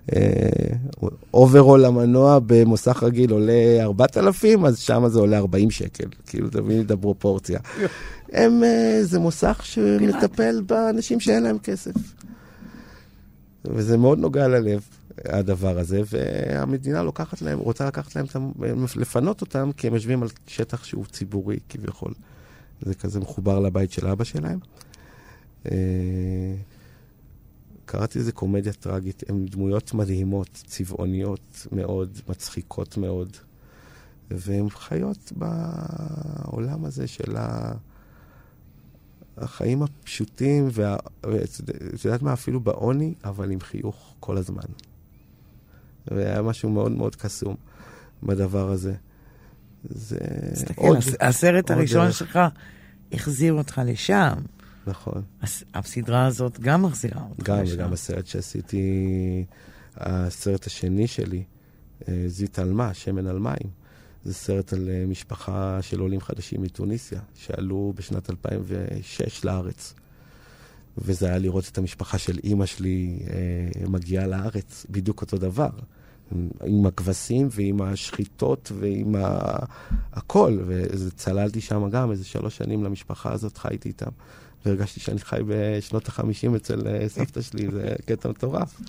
אוברול המנוע במוסך רגיל עולה ארבעת אלפים, אז שם זה עולה ארבעים שקל. כאילו, תבין את הפרופורציה. הם, זה מוסך שמטפל באנשים שאין להם כסף. וזה מאוד נוגע ללב, הדבר הזה, והמדינה לוקחת להם, רוצה לקחת להם, לפנות אותם, כי הם יושבים על שטח שהוא ציבורי, כביכול. זה כזה מחובר לבית של אבא שלהם. קראתי איזה קומדיה טרגית, הן דמויות מדהימות, צבעוניות מאוד, מצחיקות מאוד, והן חיות בעולם הזה של החיים הפשוטים, ואת יודעת מה, אפילו בעוני, אבל עם חיוך כל הזמן. והיה משהו מאוד מאוד קסום בדבר הזה. זה עוד... הסרט הראשון שלך החזיר אותך לשם. נכון. הסדרה הזאת גם מחזירה אותך גם, לשם. וגם הסרט שעשיתי, הסרט השני שלי, זית על מה, שמן על מים. זה סרט על משפחה של עולים חדשים מתוניסיה, שעלו בשנת אלפיים ושש לארץ. וזה היה לראות את המשפחה של אימא שלי אה, מגיעה לארץ, בדיוק אותו דבר. עם הכבשים ועם השחיטות ועם ה... הכל, וצללתי שם גם איזה שלוש שנים למשפחה הזאת, חייתי איתם, והרגשתי שאני חי בשנות החמישים אצל סבתא שלי, זה קטע מטורף.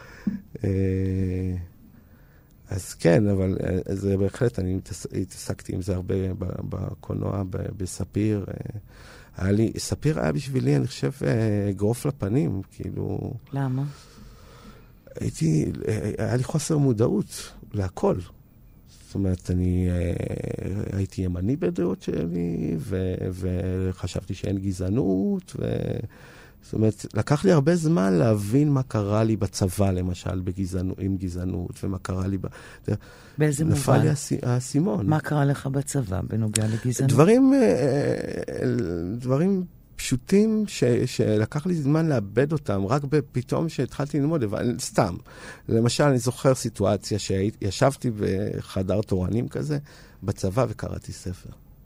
אז כן, אבל זה בהחלט, אני התעסקתי עם זה הרבה בקולנוע, בספיר. היה לי, ספיר היה בשבילי, אני חושב, גרוף לפנים, כאילו... למה? הייתי, היה לי חוסר מודעות להכל. זאת אומרת, אני הייתי ימני בדעות שלי, וחשבתי שאין גזענות, ו... זאת אומרת, לקח לי הרבה זמן להבין מה קרה לי בצבא, למשל, בגזענות, עם גזענות, ומה קרה לי ב... באיזה מובן? נפל לי הסימון. מה קרה לך בצבא בנוגע לגזענות? דברים, דברים פשוטים ש, שלקח לי זמן לאבד אותם, רק פתאום שהתחלתי ללמוד, אבל סתם. למשל, אני זוכר סיטואציה שישבתי בחדר תורנים כזה, בצבא וקראתי ספר.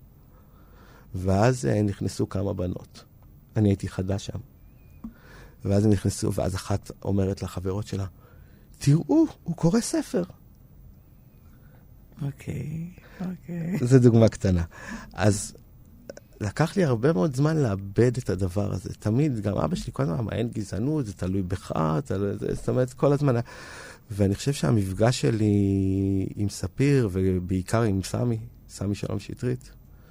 ואז נכנסו כמה בנות. אני הייתי חדש שם. ואז הם נכנסו, ואז אחת אומרת לחברות שלה, תראו, הוא קורא ספר. אוקיי, אוקיי. זו דוגמה קטנה. אז לקח לי הרבה מאוד זמן לאבד את הדבר הזה. תמיד, גם אבא שלי כל הזמן, מה, אין גזענות, זה תלוי בך, תלוי, זה, זאת אומרת, כל הזמן. ואני חושב שהמפגש שלי עם ספיר, ובעיקר עם סמי, סמי שלום שטרית,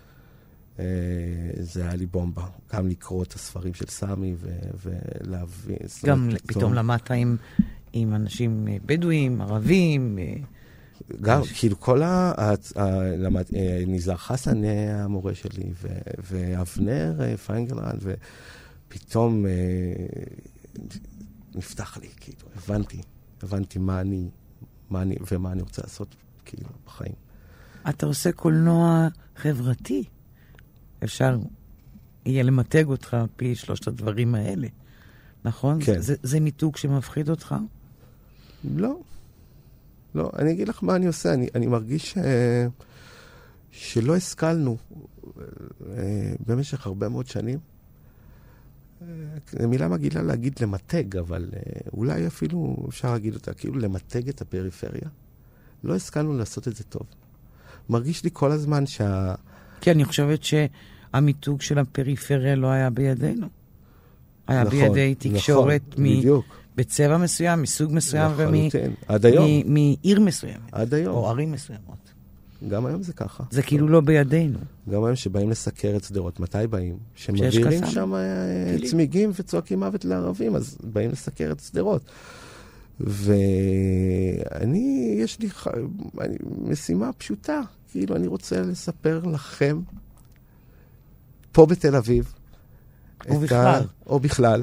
זה היה לי בומבה. גם לקרוא את הספרים של סמי ולהבין. גם פתאום למדת עם, עם אנשים בדואים, ערבים. גם, כאילו כל ה... ניזר חסן המורה שלי, ואבנר פיינגרלנד, ופתאום נפתח לי, כאילו, הבנתי. הבנתי מה אני, מה אני, ומה אני רוצה לעשות, כאילו, בחיים. אתה עושה קולנוע חברתי. אפשר יהיה למתג אותך פי שלושת הדברים האלה, נכון? כן. זה, זה מיתוג שמפחיד אותך? לא. לא, אני אגיד לך מה אני עושה. אני, אני מרגיש ש... שלא השכלנו במשך הרבה מאוד שנים. מילה מגעילה להגיד למתג, אבל אולי אפילו אפשר להגיד אותה, כאילו למתג את הפריפריה. לא השכלנו לעשות את זה טוב. מרגיש לי כל הזמן שה... כי אני חושבת שהמיתוג של הפריפריה לא היה בידינו. היה נכון, בידי תקשורת נכון, מ... בדיוק. בצבע מסוים, מסוג מסוים, ומעיר מסוימת. עד היום. או ערים מסוימות. גם היום זה ככה. זה כאילו לא בידינו. גם היום שבאים לסקר את סדרות, מתי באים? שמבירים שם צמיגים וצועקים מוות לערבים, אז באים לסקר את סדרות. ואני, יש לי אני, משימה פשוטה. כאילו, אני רוצה לספר לכם, פה בתל אביב, או בכלל. ה, או בכלל,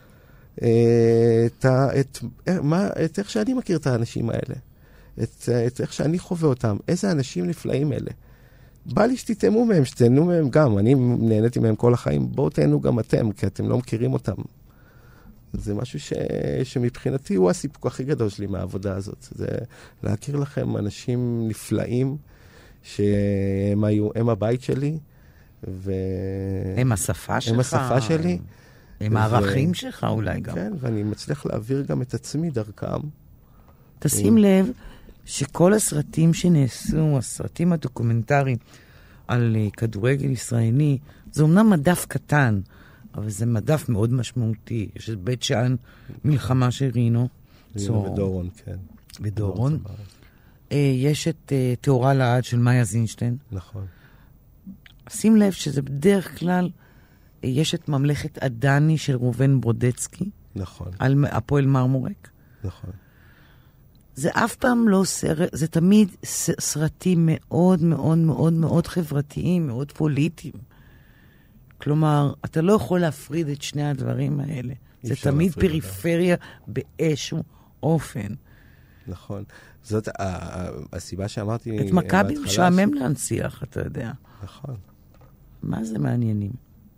את, את, מה, את איך שאני מכיר את האנשים האלה, את, את איך שאני חווה אותם, איזה אנשים נפלאים אלה. בא לי שתתאמו מהם, שתהנו מהם גם, אני נהניתי מהם כל החיים, בואו תהנו גם אתם, כי אתם לא מכירים אותם. זה משהו ש, שמבחינתי הוא הסיפוק הכי גדול שלי מהעבודה הזאת. זה להכיר לכם אנשים נפלאים, שהם היו, הם הבית שלי, ו... הם השפה שלך. הם השפה שלי. הם הערכים שלך אולי גם. כן, ואני מצליח להעביר גם את עצמי דרכם. תשים לב שכל הסרטים שנעשו, הסרטים הדוקומנטריים על כדורגל ישראלי, זה אומנם מדף קטן, אבל זה מדף מאוד משמעותי. יש את בית שאן, מלחמה של רינו. רינו ודורון, כן. ודורון. יש את תאורה לעד של מאיה זינשטיין. נכון. שים לב שזה בדרך כלל, יש את ממלכת עדני של ראובן ברודצקי. נכון. על הפועל מרמורק. נכון. זה אף פעם לא סרט, זה תמיד סרטים מאוד מאוד מאוד מאוד חברתיים, מאוד פוליטיים. כלומר, אתה לא יכול להפריד את שני הדברים האלה. זה תמיד פריפריה באיזשהו אופן. נכון. זאת הסיבה שאמרתי... את מכבי משעמם להנציח, אתה יודע. נכון. מה זה מעניינים?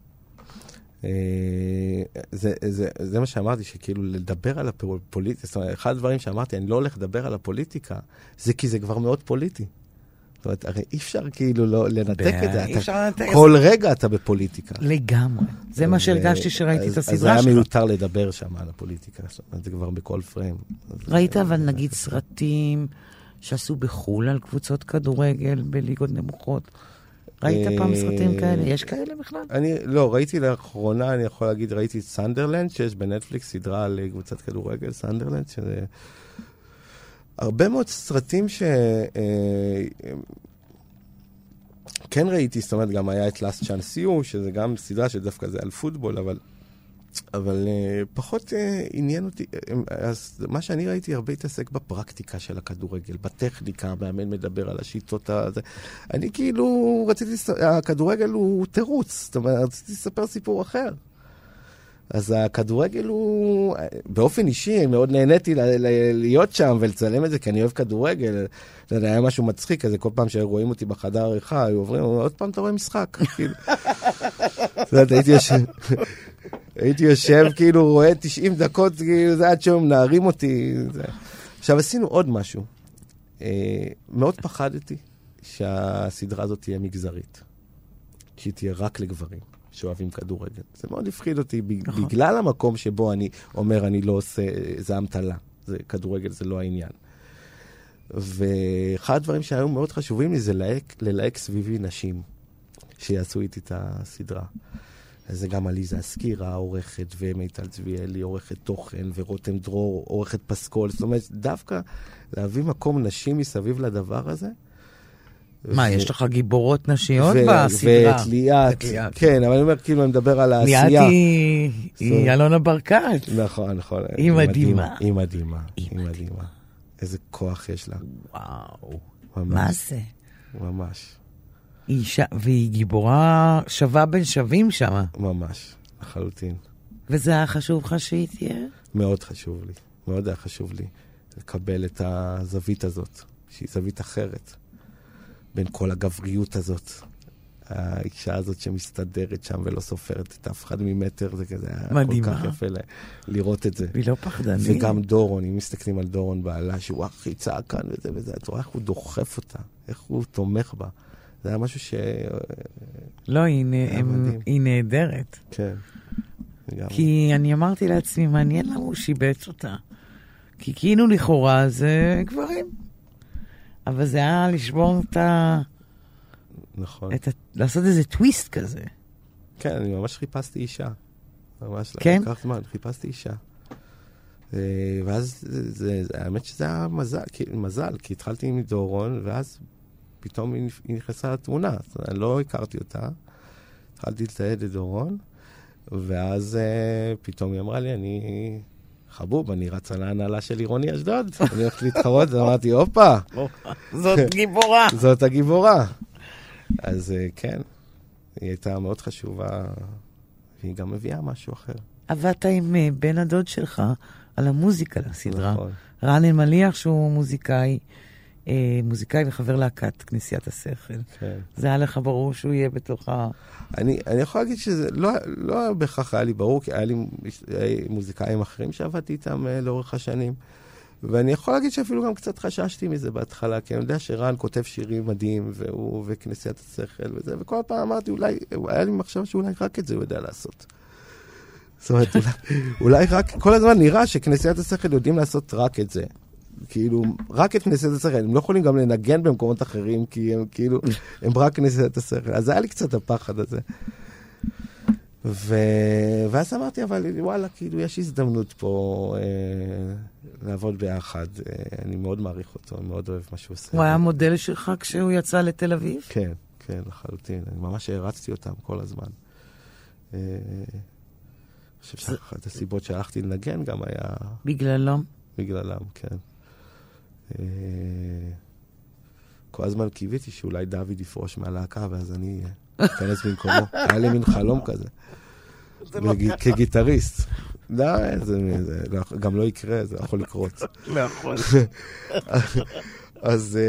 זה, זה, זה מה שאמרתי, שכאילו לדבר על הפוליטיקה, זאת אומרת, אחד הדברים שאמרתי, אני לא הולך לדבר על הפוליטיקה, זה כי זה כבר מאוד פוליטי. זאת אומרת, הרי אי אפשר כאילו לא לנתק את זה. אי אפשר לנתק. כל רגע אתה בפוליטיקה. לגמרי. זה מה שהרגשתי שראיתי את הסדרה שלך. אז היה מיותר לדבר שם על הפוליטיקה. זה כבר בכל פריים. ראית אבל נגיד סרטים שעשו בחול על קבוצות כדורגל בליגות נמוכות. ראית פעם סרטים כאלה? יש כאלה בכלל? אני, לא, ראיתי לאחרונה, אני יכול להגיד, ראיתי את סנדרלנד, שיש בנטפליקס סדרה על קבוצת כדורגל, סנדרלנד, שזה הרבה מאוד סרטים ש... כן ראיתי, זאת אומרת, גם היה את Last Chance You, שזה גם סדרה שדווקא זה על פוטבול, אבל... אבל uh, פחות uh, עניין אותי, uh, אז מה שאני ראיתי הרבה התעסק בפרקטיקה של הכדורגל, בטכניקה, המאמן מדבר על השיטות הזה. אני כאילו רציתי, הכדורגל הוא תירוץ, זאת אומרת, רציתי לספר סיפור אחר. אז הכדורגל הוא, באופן אישי, מאוד נהניתי ל- ל- להיות שם ולצלם את זה, כי אני אוהב כדורגל. זה היה משהו מצחיק, אז כל פעם שרואים אותי בחדר העריכה, היו עוברים, עוד פעם אתה רואה משחק. זאת אומרת, הייתי יושב... הייתי יושב, כאילו, רואה תשעים דקות, כאילו, זה עד שהם נערים אותי. זה. עכשיו, עשינו עוד משהו. אה, מאוד פחדתי שהסדרה הזאת תהיה מגזרית. שהיא תהיה רק לגברים שאוהבים כדורגל. זה מאוד הפחיד אותי, בגלל המקום שבו אני אומר, אני לא עושה, זה המתלה. זה, כדורגל זה לא העניין. ואחד הדברים שהיו מאוד חשובים לי, זה ללהק, ללהק סביבי נשים שיעשו איתי את הסדרה. אז זה גם עליזה הסקירה, עורכת, ומיטל צביאלי, עורכת תוכן, ורותם דרור, עורכת פסקול. זאת אומרת, דווקא להביא מקום נשים מסביב לדבר הזה. מה, ו... יש לך גיבורות נשיות ו... בסדרה? ואת ליאת. כן, אבל אני אומר, כאילו, אני מדבר על העשייה. ליאת היא, היא אלונה ברקת. נכון, נכון. היא מדהימה. היא מדהימה. היא מדהימה. איזה כוח יש לה. וואו. ממש. מה זה? ממש. היא ש... והיא גיבורה שווה בין שווים שם. ממש, לחלוטין. וזה היה חשוב לך שהיא תהיה? מאוד חשוב לי. מאוד היה חשוב לי לקבל את הזווית הזאת, שהיא זווית אחרת. בין כל הגבריות הזאת. האישה הזאת שמסתדרת שם ולא סופרת את אף אחד ממטר, זה כזה היה כל כך יפה ל... לראות את זה. והיא לא פחדנית. וגם דורון, אם מסתכלים על דורון בעלה, שהוא הכי צעקן וזה וזה, את רואה איך הוא דוחף אותה, איך הוא תומך בה. זה היה משהו ש... לא, היא, נ... הם... היא נהדרת. כן. כי אני אמרתי לעצמי, מעניין למה הוא שיבץ אותה. כי כאילו לכאורה זה גברים. אבל זה היה לשבור את ה... נכון. את ה... לעשות איזה טוויסט כזה. כן, אני ממש חיפשתי אישה. ממש כן? לקח זמן, חיפשתי אישה. ואז זה, זה, האמת שזה היה מזל, כי, מזל, כי התחלתי עם דורון, ואז פתאום היא נכנסה לתמונה. אני לא הכרתי אותה. התחלתי לצייד את דורון, ואז פתאום היא אמרה לי, אני חבוב, אני רצה להנהלה של עירוני אשדוד. אני הולכת להתחרות, ואמרתי, הופה. זאת גיבורה. זאת הגיבורה. אז כן, היא הייתה מאוד חשובה, והיא גם מביאה משהו אחר. עבדת עם בן הדוד שלך על המוזיקה לסדרה. נכון. רן אלמליח, שהוא מוזיקאי, מוזיקאי וחבר להקת כנסיית השכל. כן. זה היה לך ברור שהוא יהיה בתוך ה... אני, אני יכול להגיד שזה לא, לא בכך היה לי ברור, כי היה לי מוזיקאים אחרים שעבדתי איתם לאורך השנים. ואני יכול להגיד שאפילו גם קצת חששתי מזה בהתחלה, כי אני יודע שרן כותב שירים מדהים, והוא וכנסיית השכל וזה, וכל פעם אמרתי, אולי, היה לי מחשב שאולי רק את זה הוא יודע לעשות. זאת אומרת, אולי, אולי רק, כל הזמן נראה שכנסיית השכל יודעים לעשות רק את זה. כאילו, רק את כנסיית השכל. הם לא יכולים גם לנגן במקומות אחרים, כי הם כאילו, הם רק כנסיית השכל. אז היה לי קצת הפחד הזה. ו... ואז אמרתי, אבל וואלה, כאילו, יש הזדמנות פה אה, לעבוד ביחד. אה, אני מאוד מעריך אותו, אני מאוד אוהב מה שהוא עושה. הוא היה מודל שלך כשהוא יצא לתל אביב? כן, כן, לחלוטין. אני ממש הרצתי אותם כל הזמן. אה, אני חושב שאחת הסיבות שהלכתי לנגן גם היה... בגללם? בגללם, כן. אה, כל הזמן קיוויתי שאולי דוד יפרוש מהלהקה, ואז אני... כנס במקומו. היה לי מין חלום כזה. כגיטריסט. לא, זה גם לא יקרה, זה יכול לקרות. לא יכול. אז...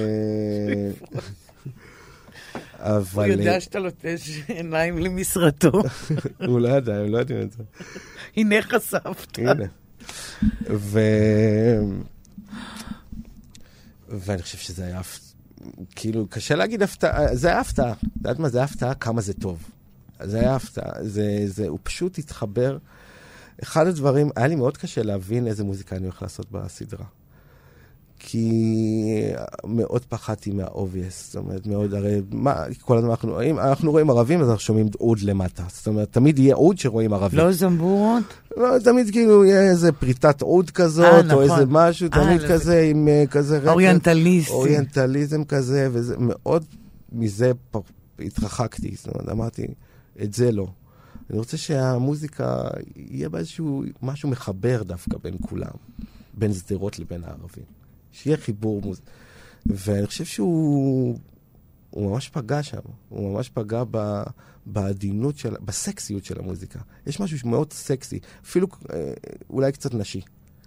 הוא יודע שאתה לוטש עיניים למשרתו. הוא לא ידע, הם לא יודעים את זה. הנה חשפת. הנה. ו... ואני חושב שזה היה... כאילו, קשה להגיד הפתעה, זה היה הפתעה. את יודעת מה, זה היה הפתעה כמה זה טוב. זה היה הפתעה, זה, זה, הוא פשוט התחבר. אחד הדברים, היה לי מאוד קשה להבין איזה מוזיקה אני הולך לעשות בסדרה. כי מאוד פחדתי מה-obvious, זאת אומרת, מאוד, הרי, מה, כל הזמן אנחנו רואים, אנחנו רואים ערבים, אז אנחנו שומעים עוד למטה. זאת אומרת, תמיד יהיה עוד שרואים ערבים. לא זמבורות? לא, תמיד כאילו יהיה איזה פריטת עוד כזאת, או איזה משהו, תמיד כזה, עם כזה רקע. אוריינטליסטי. אוריינטליזם כזה, וזה מאוד, מזה התרחקתי, זאת אומרת, אמרתי, את זה לא. אני רוצה שהמוזיקה יהיה באיזשהו משהו מחבר דווקא בין כולם, בין סדרות לבין הערבים. שיהיה חיבור מוזיקה. ואני חושב שהוא הוא ממש פגע שם. הוא ממש פגע ב, בעדינות של, בסקסיות של המוזיקה. יש משהו מאוד סקסי, אפילו אולי קצת נשי.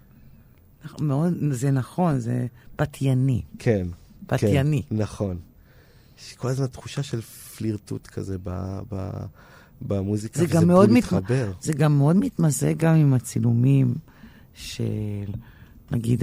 מאוד, זה נכון, זה פתייני. כן. פתייני. כן, נכון. יש כל הזמן תחושה של פלירטוט כזה ב... ב במוזיקה, זה וזה גם מאוד מתחבר. מת... זה גם מאוד מתמזג גם עם הצילומים של, נגיד,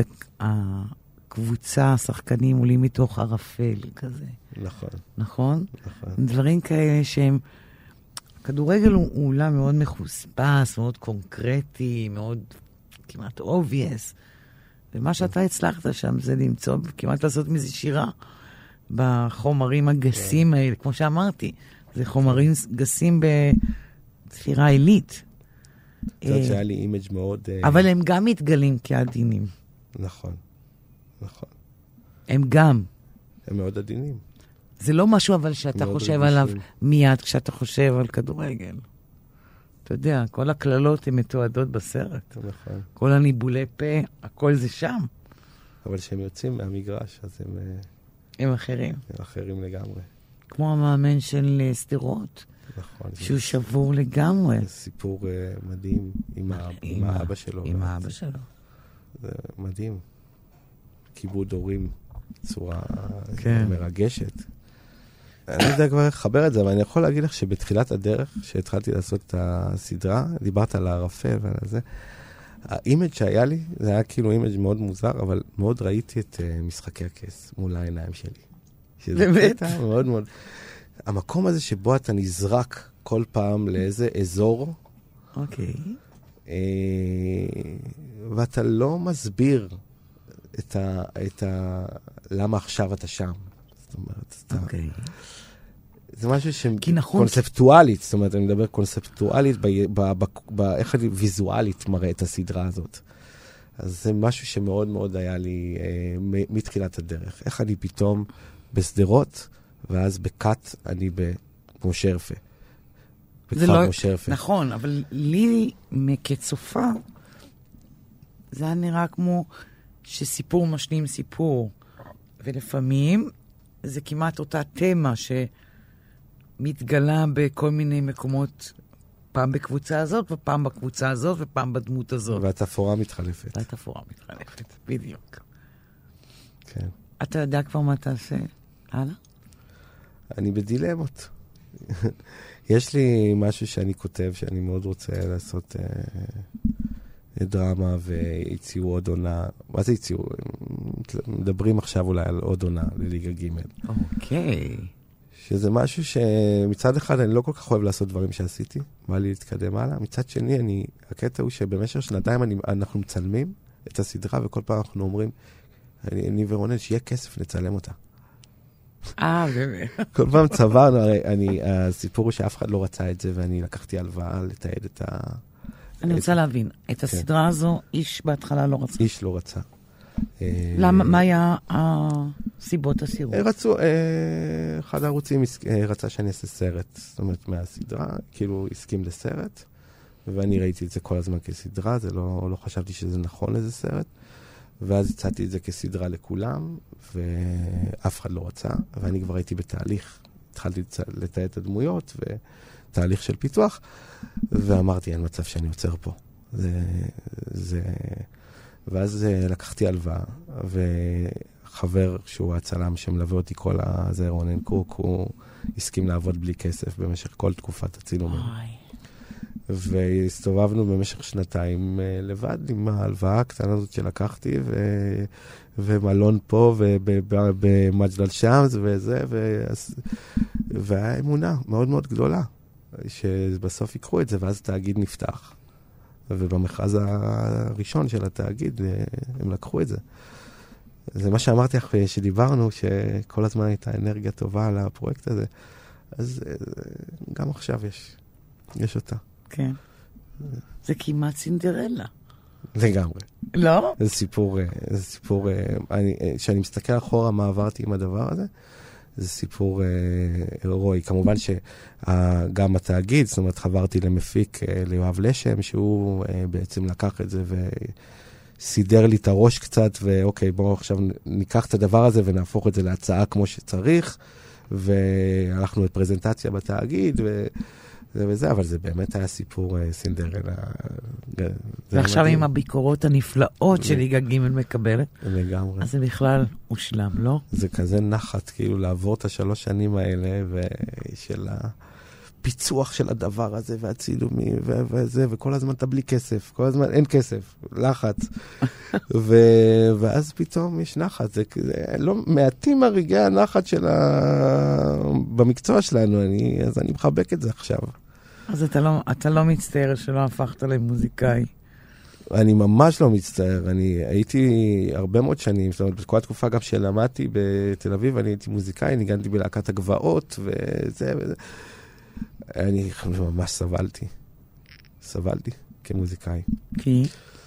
הקבוצה, השחקנים עולים מתוך ערפל כזה. נכון. נכון? נכון. דברים כאלה שהם, הכדורגל הוא אולם מאוד מחוספס, מאוד קונקרטי, מאוד כמעט obvious. ומה שאתה הצלחת שם זה למצוא, כמעט לעשות מזה שירה, בחומרים הגסים האלה, כמו שאמרתי. זה חומרים גסים בספירה עילית. זאת אומרת שהיה לי אימג' מאוד... אבל הם גם מתגלים כעדינים. נכון, נכון. הם גם. הם מאוד עדינים. זה לא משהו אבל שאתה חושב עליו מיד כשאתה חושב על כדורגל. אתה יודע, כל הכללות הן מתועדות בסרט. נכון. כל הניבולי פה, הכל זה שם. אבל כשהם יוצאים מהמגרש, אז הם... הם אחרים. הם אחרים לגמרי. כמו המאמן של סדרות. נכון. שהוא שבור לגמרי. זה סיפור uh, מדהים עם, עם, עם האבא שלו. עם האבא שלו. זה מדהים. כיבוד הורים בצורה כן. מרגשת. אני לא יודע כבר לחבר את זה, אבל אני יכול להגיד לך שבתחילת הדרך, שהתחלתי לעשות את הסדרה, דיברת על הערפל ועל זה, האימג' שהיה לי, זה היה כאילו אימג' מאוד מוזר, אבל מאוד ראיתי את uh, משחקי הכס מול העיניים שלי. באמת? מאוד מאוד... המקום הזה שבו אתה נזרק כל פעם לאיזה אזור, אוקיי. אה, ואתה לא מסביר את ה, את ה, למה עכשיו אתה שם. זאת אומרת, אתה, אוקיי. זה משהו נכון. שקונספטואלית, זאת אומרת, אני מדבר קונספטואלית, ב, ב, ב, ב, איך אני ויזואלית מראה את הסדרה הזאת. אז זה משהו שמאוד מאוד היה לי אה, מתחילת הדרך. איך אני פתאום בסדרות, ואז בקאט אני במושרפה. בכפר לא, מושרפה. נכון, אבל לי כצופה, זה היה נראה כמו שסיפור משלים סיפור. ולפעמים זה כמעט אותה תמה שמתגלה בכל מיני מקומות, פעם בקבוצה הזאת, ופעם בקבוצה הזאת, ופעם בדמות הזאת. והתפאורה מתחלפת. והתפאורה מתחלפת, בדיוק. כן. אתה יודע כבר מה תעשה? הלאה? אני בדילמות. יש לי משהו שאני כותב, שאני מאוד רוצה לעשות אה, דרמה והציעו עוד עונה. מה זה הציעו? מדברים עכשיו אולי על עוד עונה לליגה ג'. אוקיי. שזה משהו שמצד אחד אני לא כל כך אוהב לעשות דברים שעשיתי, בא לי להתקדם הלאה. מצד שני, אני, הקטע הוא שבמשך שנתיים אני, אנחנו מצלמים את הסדרה, וכל פעם אנחנו אומרים, אני, אני ורונן, שיהיה כסף לצלם אותה. אה, באמת. כל פעם צברנו, הרי אני, הסיפור הוא שאף אחד לא רצה את זה, ואני לקחתי הלוואה לתעד את ה... אני רוצה להבין, את הסדרה הזו, איש בהתחלה לא רצה. איש לא רצה. למה, מה היה הסיבות הסירות? רצו, אחד הערוצים רצה שאני אעשה סרט, זאת אומרת, מהסדרה, כאילו הסכים לסרט, ואני ראיתי את זה כל הזמן כסדרה, זה לא, לא חשבתי שזה נכון איזה סרט, ואז הצעתי את זה כסדרה לכולם, ואף אחד לא רצה, ואני כבר הייתי בתהליך, התחלתי לתאר את הדמויות, ותהליך של פיתוח, ואמרתי, אין מצב שאני יוצר פה. זה, זה... ואז לקחתי הלוואה, וחבר שהוא הצלם שמלווה אותי כל הזה, רונן קוק, הוא הסכים לעבוד בלי כסף במשך כל תקופת הצילומים. והסתובבנו במשך שנתיים לבד עם ההלוואה הקטנה הזאת שלקחתי, ו... ומלון פה, ובמג'דל שמס, וזה, ו... והיה אמונה מאוד מאוד גדולה, שבסוף יקחו את זה, ואז התאגיד נפתח. ובמכרז הראשון של התאגיד, הם לקחו את זה. זה מה שאמרתי לך שדיברנו, שכל הזמן הייתה אנרגיה טובה על הפרויקט הזה. אז גם עכשיו יש, יש אותה. כן. זה כמעט סינדרלה. לגמרי. לא? זה סיפור, זה סיפור, אני, שאני מסתכל אחורה מה עברתי עם הדבר הזה, זה סיפור הירואי. כמובן שגם התאגיד, זאת אומרת, חברתי למפיק, ליואב לשם, שהוא בעצם לקח את זה וסידר לי את הראש קצת, ואוקיי, בואו עכשיו ניקח את הדבר הזה ונהפוך את זה להצעה כמו שצריך, והלכנו לפרזנטציה בתאגיד, ו... זה וזה, אבל זה באמת היה סיפור סינדרלה. ועכשיו עם הביקורות הנפלאות שליגה ג' מקבלת. לגמרי. אז זה בכלל הושלם, לא? זה כזה נחת, כאילו לעבור את השלוש שנים האלה, ושל הפיצוח של הדבר הזה, והצילומי, וזה, וכל הזמן אתה בלי כסף, כל הזמן אין כסף, לחץ. ואז פתאום יש נחת. זה לא מעטים הרגעי הנחת במקצוע שלנו, אז אני מחבק את זה עכשיו. אז אתה לא, אתה לא מצטער שלא הפכת למוזיקאי? אני ממש לא מצטער. אני הייתי הרבה מאוד שנים, זאת אומרת, בכל התקופה גם שלמדתי בתל אביב, אני הייתי מוזיקאי, ניגנתי בלהקת הגבעות, וזה וזה. אני ממש סבלתי. סבלתי כמוזיקאי. כי?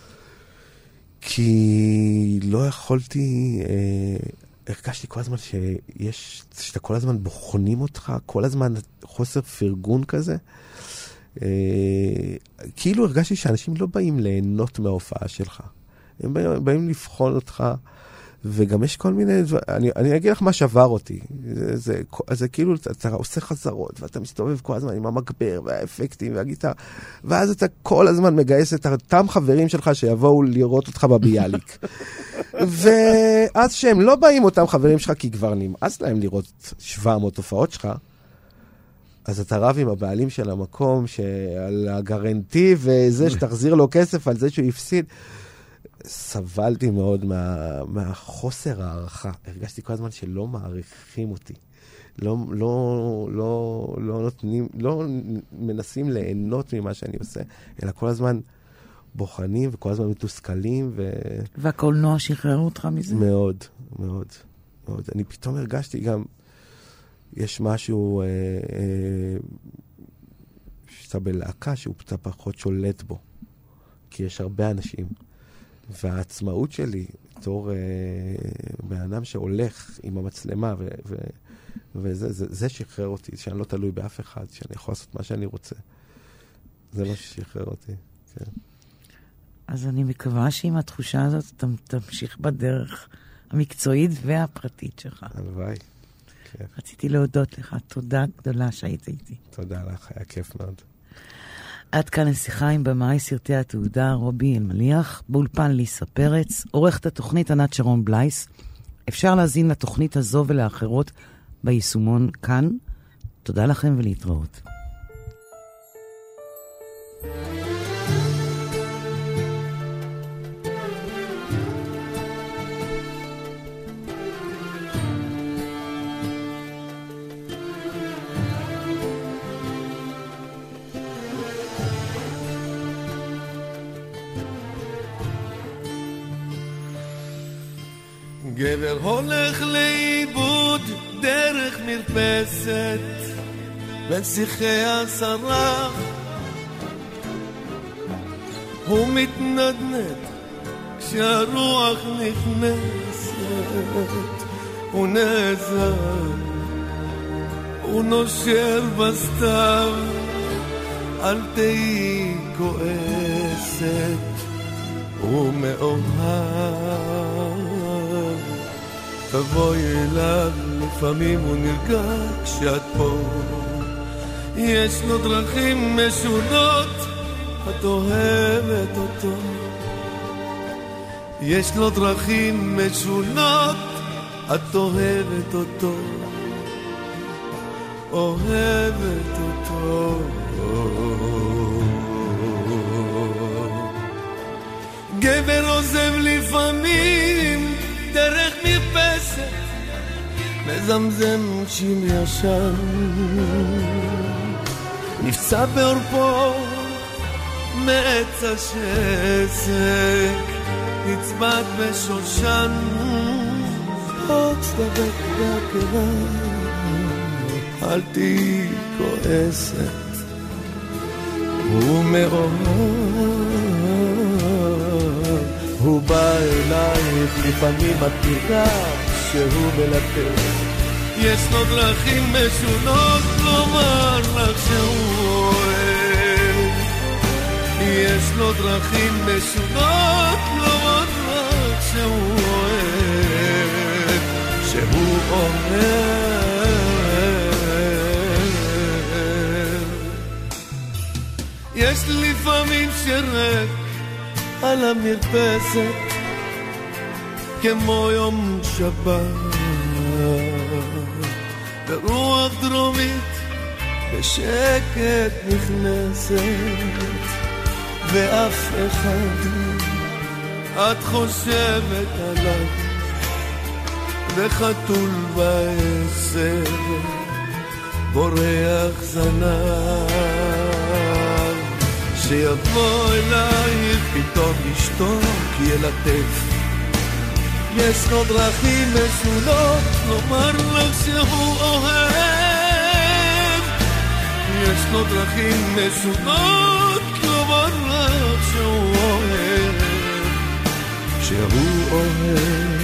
כי לא יכולתי... אה, הרגשתי כל הזמן שיש, שאתה כל הזמן בוחנים אותך, כל הזמן חוסר פרגון כזה. אה, כאילו הרגשתי שאנשים לא באים ליהנות מההופעה שלך. הם באים, באים לבחון אותך, וגם יש כל מיני, אני, אני אגיד לך מה שבר אותי. זה, זה, זה כאילו, אתה עושה חזרות, ואתה מסתובב כל הזמן עם המגבר, והאפקטים, והגיטר, ואז אתה כל הזמן מגייס את אותם חברים שלך שיבואו לראות אותך בביאליק. ואז שהם לא באים אותם חברים שלך, כי כבר נמאס להם לראות שבע מאות הופעות שלך, אז אתה רב עם הבעלים של המקום, שעל הגרנטי, וזה שתחזיר לו כסף על זה שהוא יפסיד. סבלתי מאוד מה, מהחוסר הערכה. הרגשתי כל הזמן שלא מעריכים אותי. לא, לא, לא, לא נותנים, לא מנסים ליהנות ממה שאני עושה, אלא כל הזמן בוחנים וכל הזמן מתוסכלים. ו... והקולנוע שחרר אותך מזה? מאוד, מאוד, מאוד. אני פתאום הרגשתי גם, יש משהו, אה, אה, שאתה בלהקה שהוא פחות שולט בו. כי יש הרבה אנשים. והעצמאות שלי, בתור אה, באדם שהולך עם המצלמה, ו, ו, וזה זה, זה שחרר אותי, שאני לא תלוי באף אחד, שאני יכול לעשות מה שאני רוצה. זה מה ששחרר אותי, כן. אז אני מקווה שעם התחושה הזאת אתה תמשיך בדרך המקצועית והפרטית שלך. הלוואי, כן. רציתי להודות לך, תודה גדולה שהיית איתי. תודה לך, היה כיף מאוד. עד כאן השיחה עם במאי סרטי התעודה רובי אלמליח, באולפן ליסה פרץ, עורכת התוכנית ענת שרון בלייס. אפשר להזין לתוכנית הזו ולאחרות ביישומון כאן. תודה לכם ולהתראות. גבר הולך לאיבוד דרך מרפסת בין שיחי הסרח, הוא מתנדנד כשהרוח נכנסת, הוא נעזר, הוא נושר בסתיו, אל תהי כועסת, הוא מאוהב, תבואי אליו, לפעמים הוא נרגע כשאת פה, יש לו דרכים משונות, את אוהבת אותו, יש לו דרכים משונות, את אוהבת אותו, אוהבת אותו. גבר עוזב לפעמים דרך מרפסת, מזמזם שיר ישן, נפצע בעורפו מעץ השסק, נצבט בשושן, עוד סדק והקרה, אל תהי כועסת, הוא מאוהב, הוא בא אלייך, לפעמים את תראה שהוא מלטף, יש לו דרכים משונות לומר לך שהוא אוהב, יש לו דרכים משונות לומר לך שהוא אוהב, שהוא אוהב. יש לפעמים שרק על המרפסת כמו יום שבת, ברוח דרומית בשקט נכנסת, ואף אחד את חושבת עליו, וחתול בעשר בורח זנב, שיבוא אלייך פתאום ישתוק ילטף, יש לו דרכים משונות לומר לך שהוא אוהב, יש לו דרכים משונות לומר לך שהוא אוהב, שהוא אוהב.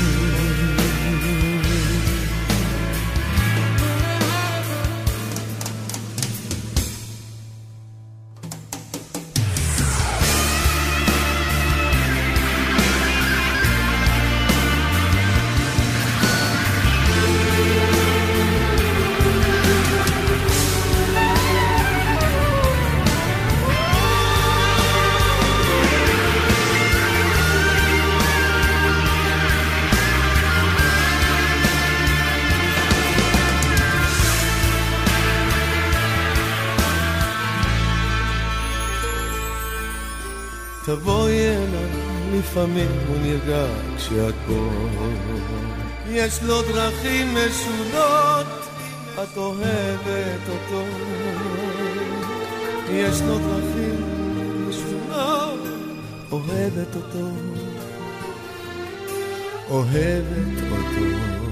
תבואי אליי, לפעמים הוא נרגע כשאת פה, יש לו דרכים משונות, את אוהבת אותו, יש לו דרכים משונות, אוהבת אותו, אוהבת אותו.